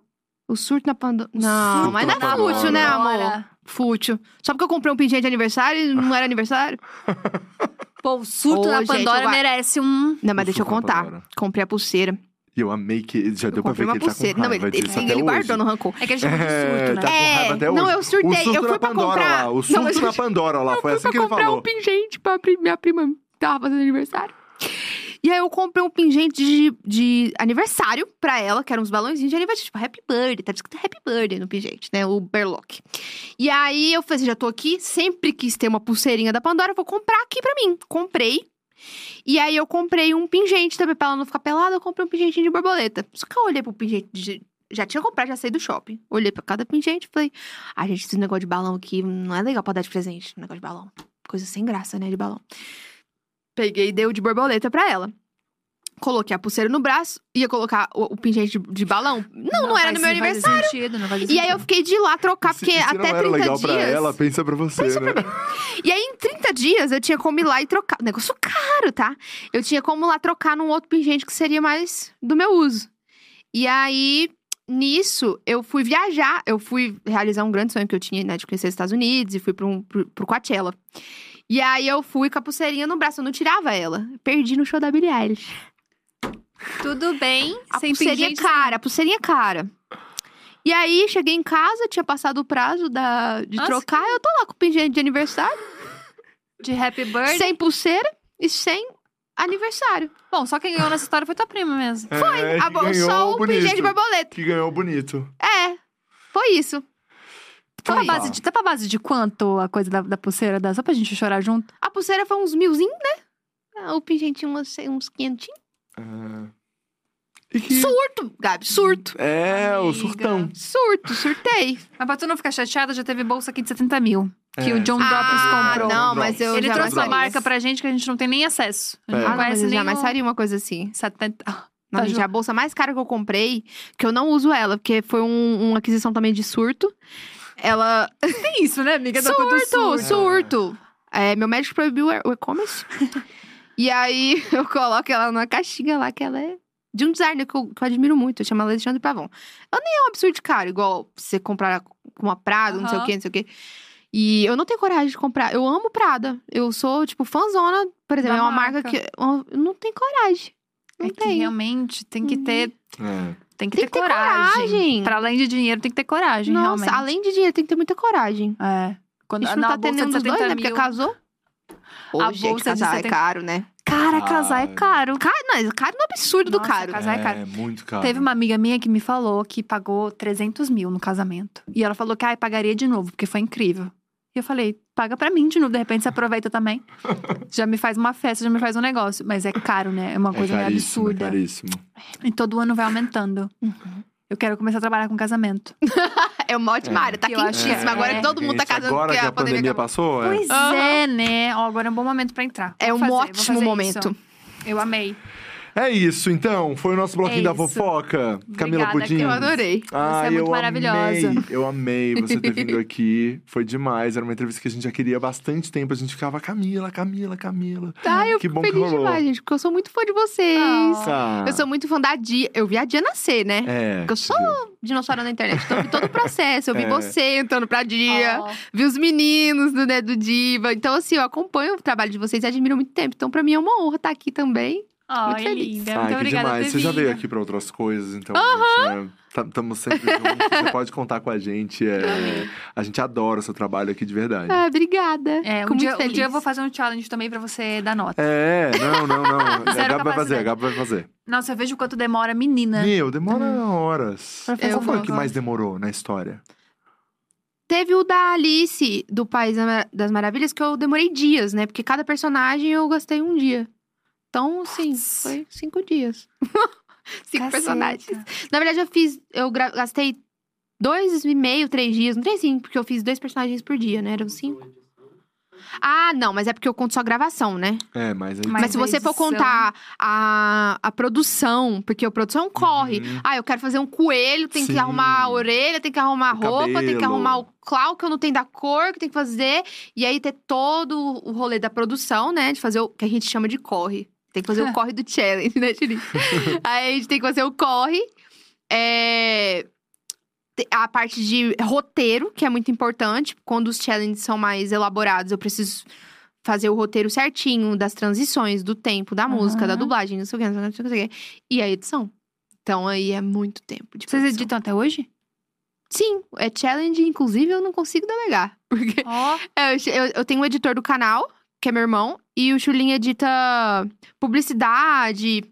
O surto na Pandora. Não, Surto mas não na é fútil, Pandora. né, amor? Fútil. Só porque eu comprei um pingente de aniversário e não era aniversário? Pô, o surto Ô, da gente, Pandora eu- merece um... Não, mas O deixa eu surto na contar. Pandora. Comprei a pulseira. E eu amei que já deu Eu pra ver comprei que uma ele tá com pulseira. Não, raiva ele, disso ele até guardou hoje. no rancor. É que a gente chama de surto, né? Tá com raiva até não, hoje. eu surtei. O surto Eu fui na pra Pandora comprar- lá. O Não, surto mas na eu- Pandora lá. Foi assim Pra que ele comprar falou. um pingente pra minha prima tava fazendo aniversário. E aí eu comprei um pingente de aniversário pra ela, que eram uns balãozinhos de aniversário, tipo Happy Birthday, tá escrito Happy Birthday no pingente, né? O berlock. E aí eu falei assim, já tô aqui, sempre quis ter uma pulseirinha da Pandora, vou comprar aqui pra mim. Comprei. E aí eu comprei um pingente também, pra ela não ficar pelada, eu comprei um pingentinho de borboleta. Só que eu olhei pro pingente já tinha comprado, já saí do shopping. Olhei pra cada pingente e falei, gente, esse negócio de balão aqui não é legal pra dar de presente, negócio de balão. Coisa sem graça, né, de balão. Peguei e dei o de borboleta pra ela. Coloquei a pulseira no braço, ia colocar o pingente de balão. Não era no meu aniversário. Não faz E aí eu fiquei de ir lá trocar, Se- porque se até não era 30 legal dias. pra ela, pensa pra você, né? E aí, em 30 dias, eu tinha como ir lá e trocar. Negócio caro, tá? Eu tinha como ir lá trocar num outro pingente que seria mais do meu uso. E aí, nisso, eu fui viajar. Eu fui realizar um grande sonho que eu tinha, né? De conhecer os Estados Unidos e fui pro Coachella. E aí, eu fui com a pulseirinha no braço. Eu não tirava ela. Perdi no show da Billie Eilish. Tudo bem, A sem pulseirinha pingente, cara, a pulseirinha cara. E aí, cheguei em casa, tinha passado o prazo de Nossa, trocar. Eu tô lá com o pingente de aniversário. de Happy Birthday. Sem pulseira e sem aniversário. Bom, só quem ganhou nessa história foi tua prima mesmo. É, que ganhou Só o bonito. pingente de borboleta. Que ganhou bonito. Foi isso. Tá Foi. pra base de quanto a coisa da pulseira dá? Só pra gente chorar junto? A pulseira foi uns 1000, né? O pingentinho uns 500. E que... Surto, Gabi, surto. É, o Amiga. surtão. Surtei. Mas pra tu não ficar chateada, já teve bolsa aqui de 70 mil. Que É. o John Drops comprou. não, Drops. mas eu Ele jamais trouxe uma faria marca isso. pra gente que a gente não tem nem acesso. A gente É. não Mas conhece eu nem jamais o faria uma coisa assim. 70... Não, Tá gente, junto. a bolsa mais cara que eu comprei, que eu não uso ela, porque foi uma aquisição também de surto. Ela... Tem isso, né, amiga? Da coisa do Surto. Meu médico proibiu o e-commerce. E aí, eu coloco ela numa caixinha lá, que ela é de um designer que eu admiro muito. Chama Alexandre Pavon. Ela nem é um absurdo de cara, igual você comprar com uma Prada, não sei o quê, não sei o quê. E eu não tenho coragem de comprar. Eu amo Prada. Eu sou, tipo, fãzona. Por exemplo, Da é uma marca marca. que eu não tenho coragem. Não É que tenho. realmente tem que ter... É. Tem que Tem ter que ter coragem. Pra além de dinheiro, tem que ter coragem, Nossa, realmente. além de dinheiro, tem que ter muita coragem. É. Quando A gente não tá bolsa tendo nenhum de dos dois, 70 né? Porque mil- casou. A Gente, bolsa de casar é 70 caro, né? Cara, casar é caro. Não, caro no absurdo do Nossa, caro. casar é caro. É, muito caro. Teve uma amiga minha que me falou que pagou 300 mil no casamento. E ela falou que pagaria de novo, porque foi incrível. E eu falei, paga pra mim de novo, de repente você aproveita também. Já me faz uma festa, já me faz um negócio. Mas é caro, né? É uma coisa meio caríssimo, absurda. É caríssimo. E todo ano vai aumentando. Eu quero começar a trabalhar com casamento. É uma ótima área, tá Eu acho quentíssima. que Agora é. que todo mundo tá Gente, casando agora porque que a pandemia acabou. passou, é. Pois é, né? Ó, agora é um bom momento pra entrar. É Vou um fazer, vou ótimo fazer momento. isso. Eu amei. É isso, então. Foi o nosso bloquinho da isso. fofoca. Camila Obrigada, Pudim. Eu adorei. Ah, Você é muito eu maravilhosa. Amei, eu amei você ter vindo aqui. Foi demais. Era uma entrevista que a gente já queria há bastante tempo. A gente ficava, Camila. Tá, eu Que fico bom que feliz rolou. demais, gente, porque eu sou muito fã de vocês. Ah, Eu sou muito fã da Dia. Eu vi a Dia nascer, né? É. Porque eu sou dinossauro na internet. Então eu vi todo o processo. Eu vi É. você entrando pra Dia. Ó. Vi os meninos do Diva. Então, assim, eu acompanho o trabalho de vocês e admiro há muito tempo. Então, pra mim é uma honra estar aqui também. Ó, Muito é feliz. linda. Ai, Muito que obrigada demais. por Você ter já veio vindo. aqui pra outras coisas, então gente, estamos sempre juntos. Você pode contar com a gente. A gente adora o seu trabalho aqui de verdade. Ah, obrigada. É, Fico um dia, muito feliz. um dia eu vou fazer um challenge também pra você dar nota. É, não. A Zero Gabi vai fazer, a capacidade. Gabi vai fazer. Nossa, eu vejo o quanto demora, menina. Meu, demora horas. Pra fazer Qual foi o um que mais demorou na história? Teve o da Alice, do País das Maravilhas, que eu demorei dias, né? Porque cada personagem eu gastei um dia. Então, sim, foi 5 dias. 5 Caceta. personagens. Na verdade, eu gastei 2,5, 3 dias. Não tem 5, porque eu fiz 2 personagens por dia, né? Eram 5. Ah, não, mas é porque eu conto só a gravação, né? É, mas aí... Mas se a você for edição- contar a produção, porque a produção corre. Uhum. Ah, eu quero fazer um coelho, tem que Sim. arrumar a orelha, tem que arrumar a O roupa, tem que cabelo. arrumar o clau que eu não tenho da cor, que tem que fazer. E aí ter todo o rolê da produção, né? De fazer o que a gente chama de corre. Tem que fazer o corre do challenge, né, Tiri? Aí a gente tem que fazer o corre. a parte de roteiro, que é muito importante. Quando os challenges são mais elaborados, eu preciso fazer o roteiro certinho das transições, do tempo, da música, da dublagem, não sei o que, não sei o que. E a edição. Então, aí é muito tempo de Vocês produção. editam até hoje? Sim, é challenge, inclusive eu não consigo delegar. Porque eu tenho um editor do canal, que é meu irmão, e o Chulinho edita publicidade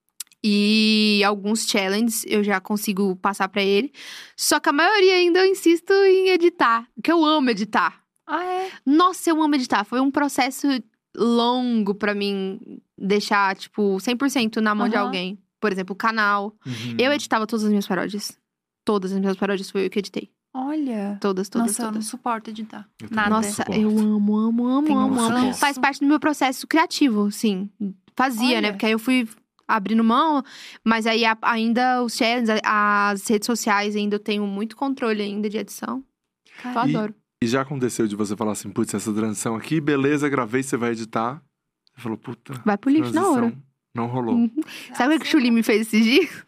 e alguns challenges eu já consigo passar pra ele. Só que a maioria ainda eu insisto em editar, porque eu amo editar. Ah, é? Nossa, eu amo editar. Foi um processo longo pra mim deixar, tipo, 100% na mão de alguém. Por exemplo, o canal. Eu editava todas as minhas paródias. Todas as minhas paródias foi eu que editei. Olha. Todas. Nossa, eu não suporto editar. Nada. Nossa, eu amo. ranço. Faz parte do meu processo criativo, sim. Fazia, Olha. né? Porque aí eu fui abrindo mão, mas aí ainda os challenges, as redes sociais, ainda eu tenho muito controle ainda de edição. Eu adoro. E já aconteceu de você falar assim, putz, essa transição aqui, beleza, gravei, você vai editar. Você falou, puta, Vai pro lixo na hora. não rolou. Sabe o que o Chulinho me fez esses dias?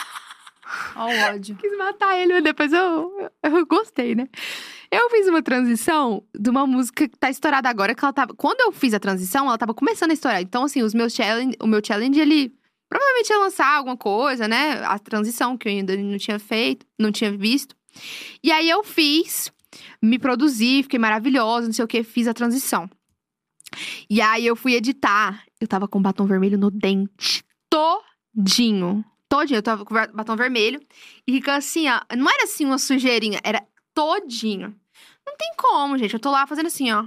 Ó o ódio. Quis matar ele, mas depois eu gostei, né? Eu fiz uma transição de uma música que tá estourada agora, que ela tava... Quando eu fiz a transição, ela tava começando a estourar. Então, assim, o meu challenge, ele provavelmente ia lançar alguma coisa, né? A transição, que eu ainda não tinha feito, não tinha visto. E aí eu fiz, me produzi, fiquei maravilhosa, não sei o que, fiz a transição. E aí eu fui editar, eu tava com batom vermelho no dente, todinho, eu tava com batom vermelho. E fica assim, ó, não era assim uma sujeirinha, era todinho. Não tem como, gente, eu tô lá fazendo assim, ó.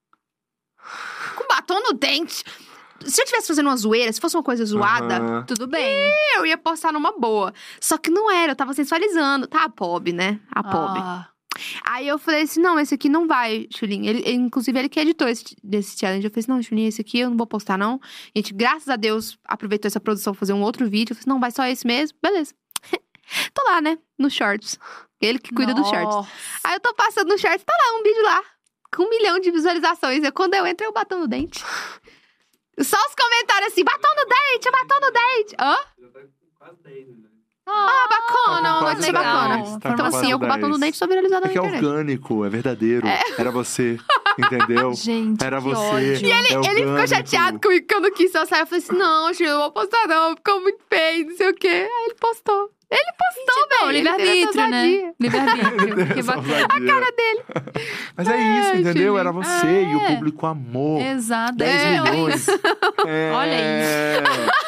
Com batom no dente. Se eu estivesse fazendo uma zoeira, se fosse uma coisa zoada, Tudo bem. eu ia postar numa boa. Só que não era, eu tava sensualizando. Tá a pob, né? A pob. Ah. Aí eu falei assim, não, esse aqui não vai, Chulinho. Inclusive, ele que editou desse challenge. Eu falei assim, não, Chulinho, esse aqui eu não vou postar, não. A gente, graças a Deus, aproveitou essa produção pra fazer um outro vídeo. Eu falei assim, não, vai só esse mesmo. Beleza. Tô lá, né? Nos shorts. Ele que cuida dos shorts. Aí eu tô passando no shorts, tá lá, um vídeo lá. Com 1 milhão de visualizações. Quando eu entro, eu bato no dente. Só os comentários assim, batom no dente, batom no dente. Hã? Já tá com quase 10, né? Ah, bacana, Tá com vai ser quase bacana. 10, tá Então com assim, quase eu com batom no 10. dente sou viralizada É na que é internet. orgânico, é verdadeiro. Era você, entendeu? Gente, Era que você. ódio. Ele ficou chateado comigo que eu não quis só sair. Eu falei assim, não, Chico, eu não vou postar não, ficou muito feio, não sei o quê. Aí ele postou. Ele postou, Não, velho. livre-arbítrio, né? Livre-arbítrio. Que bacana. A cara dele. Mas é isso, entendeu? Chico. Era você e o público amou. Exato. 10 Olha milhões. isso. Olha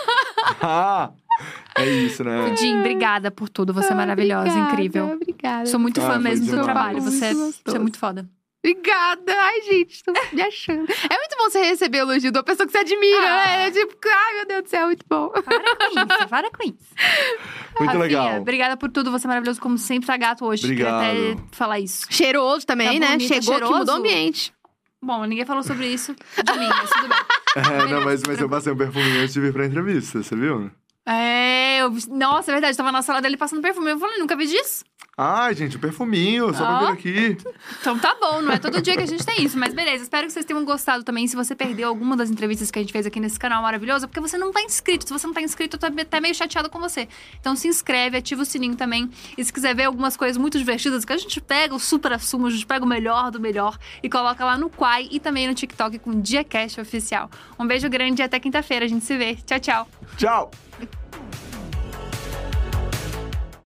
É isso, né? Pudim, obrigada por tudo. Você é maravilhosa, Obrigada, incrível. Obrigada. Sou muito fã foi mesmo do seu demais. trabalho. Você é Gostoso. muito foda. Obrigada. Ai, gente, tô me achando. É muito bom você receber elogio de uma pessoa que você admira, né? É tipo, ai, meu Deus do céu, muito bom. Para com isso. Muito Rafinha, legal. obrigada por tudo. Você é maravilhoso, como sempre. Tá gato hoje. Obrigado. Queria até falar isso. Cheiroso também, Tá né? bonito, Chegou cheiroso. que mudou o ambiente. Bom, ninguém falou sobre isso de mim, mas tudo bem. Não, mas eu passei um perfuminho antes de vir pra entrevista, você viu? Nossa, é verdade. Eu tava na sala dele passando perfume. Eu falei, nunca vi disso. Ai, gente, o perfuminho, só pra vir aqui. Então tá bom, não é todo dia que a gente tem isso. Mas beleza, espero que vocês tenham gostado também. Se você perdeu alguma das entrevistas que a gente fez aqui nesse canal maravilhoso, é porque você não tá inscrito. Se você não tá inscrito, eu tô até meio chateada com você. Então se inscreve, ativa o sininho também. E se quiser ver algumas coisas muito divertidas, que a gente pega o super assumo, a gente pega o melhor do melhor e coloca lá no Quai e também no TikTok com o DiaCast Oficial. Um beijo grande e até quinta-feira. A gente se vê. Tchau, tchau. Tchau!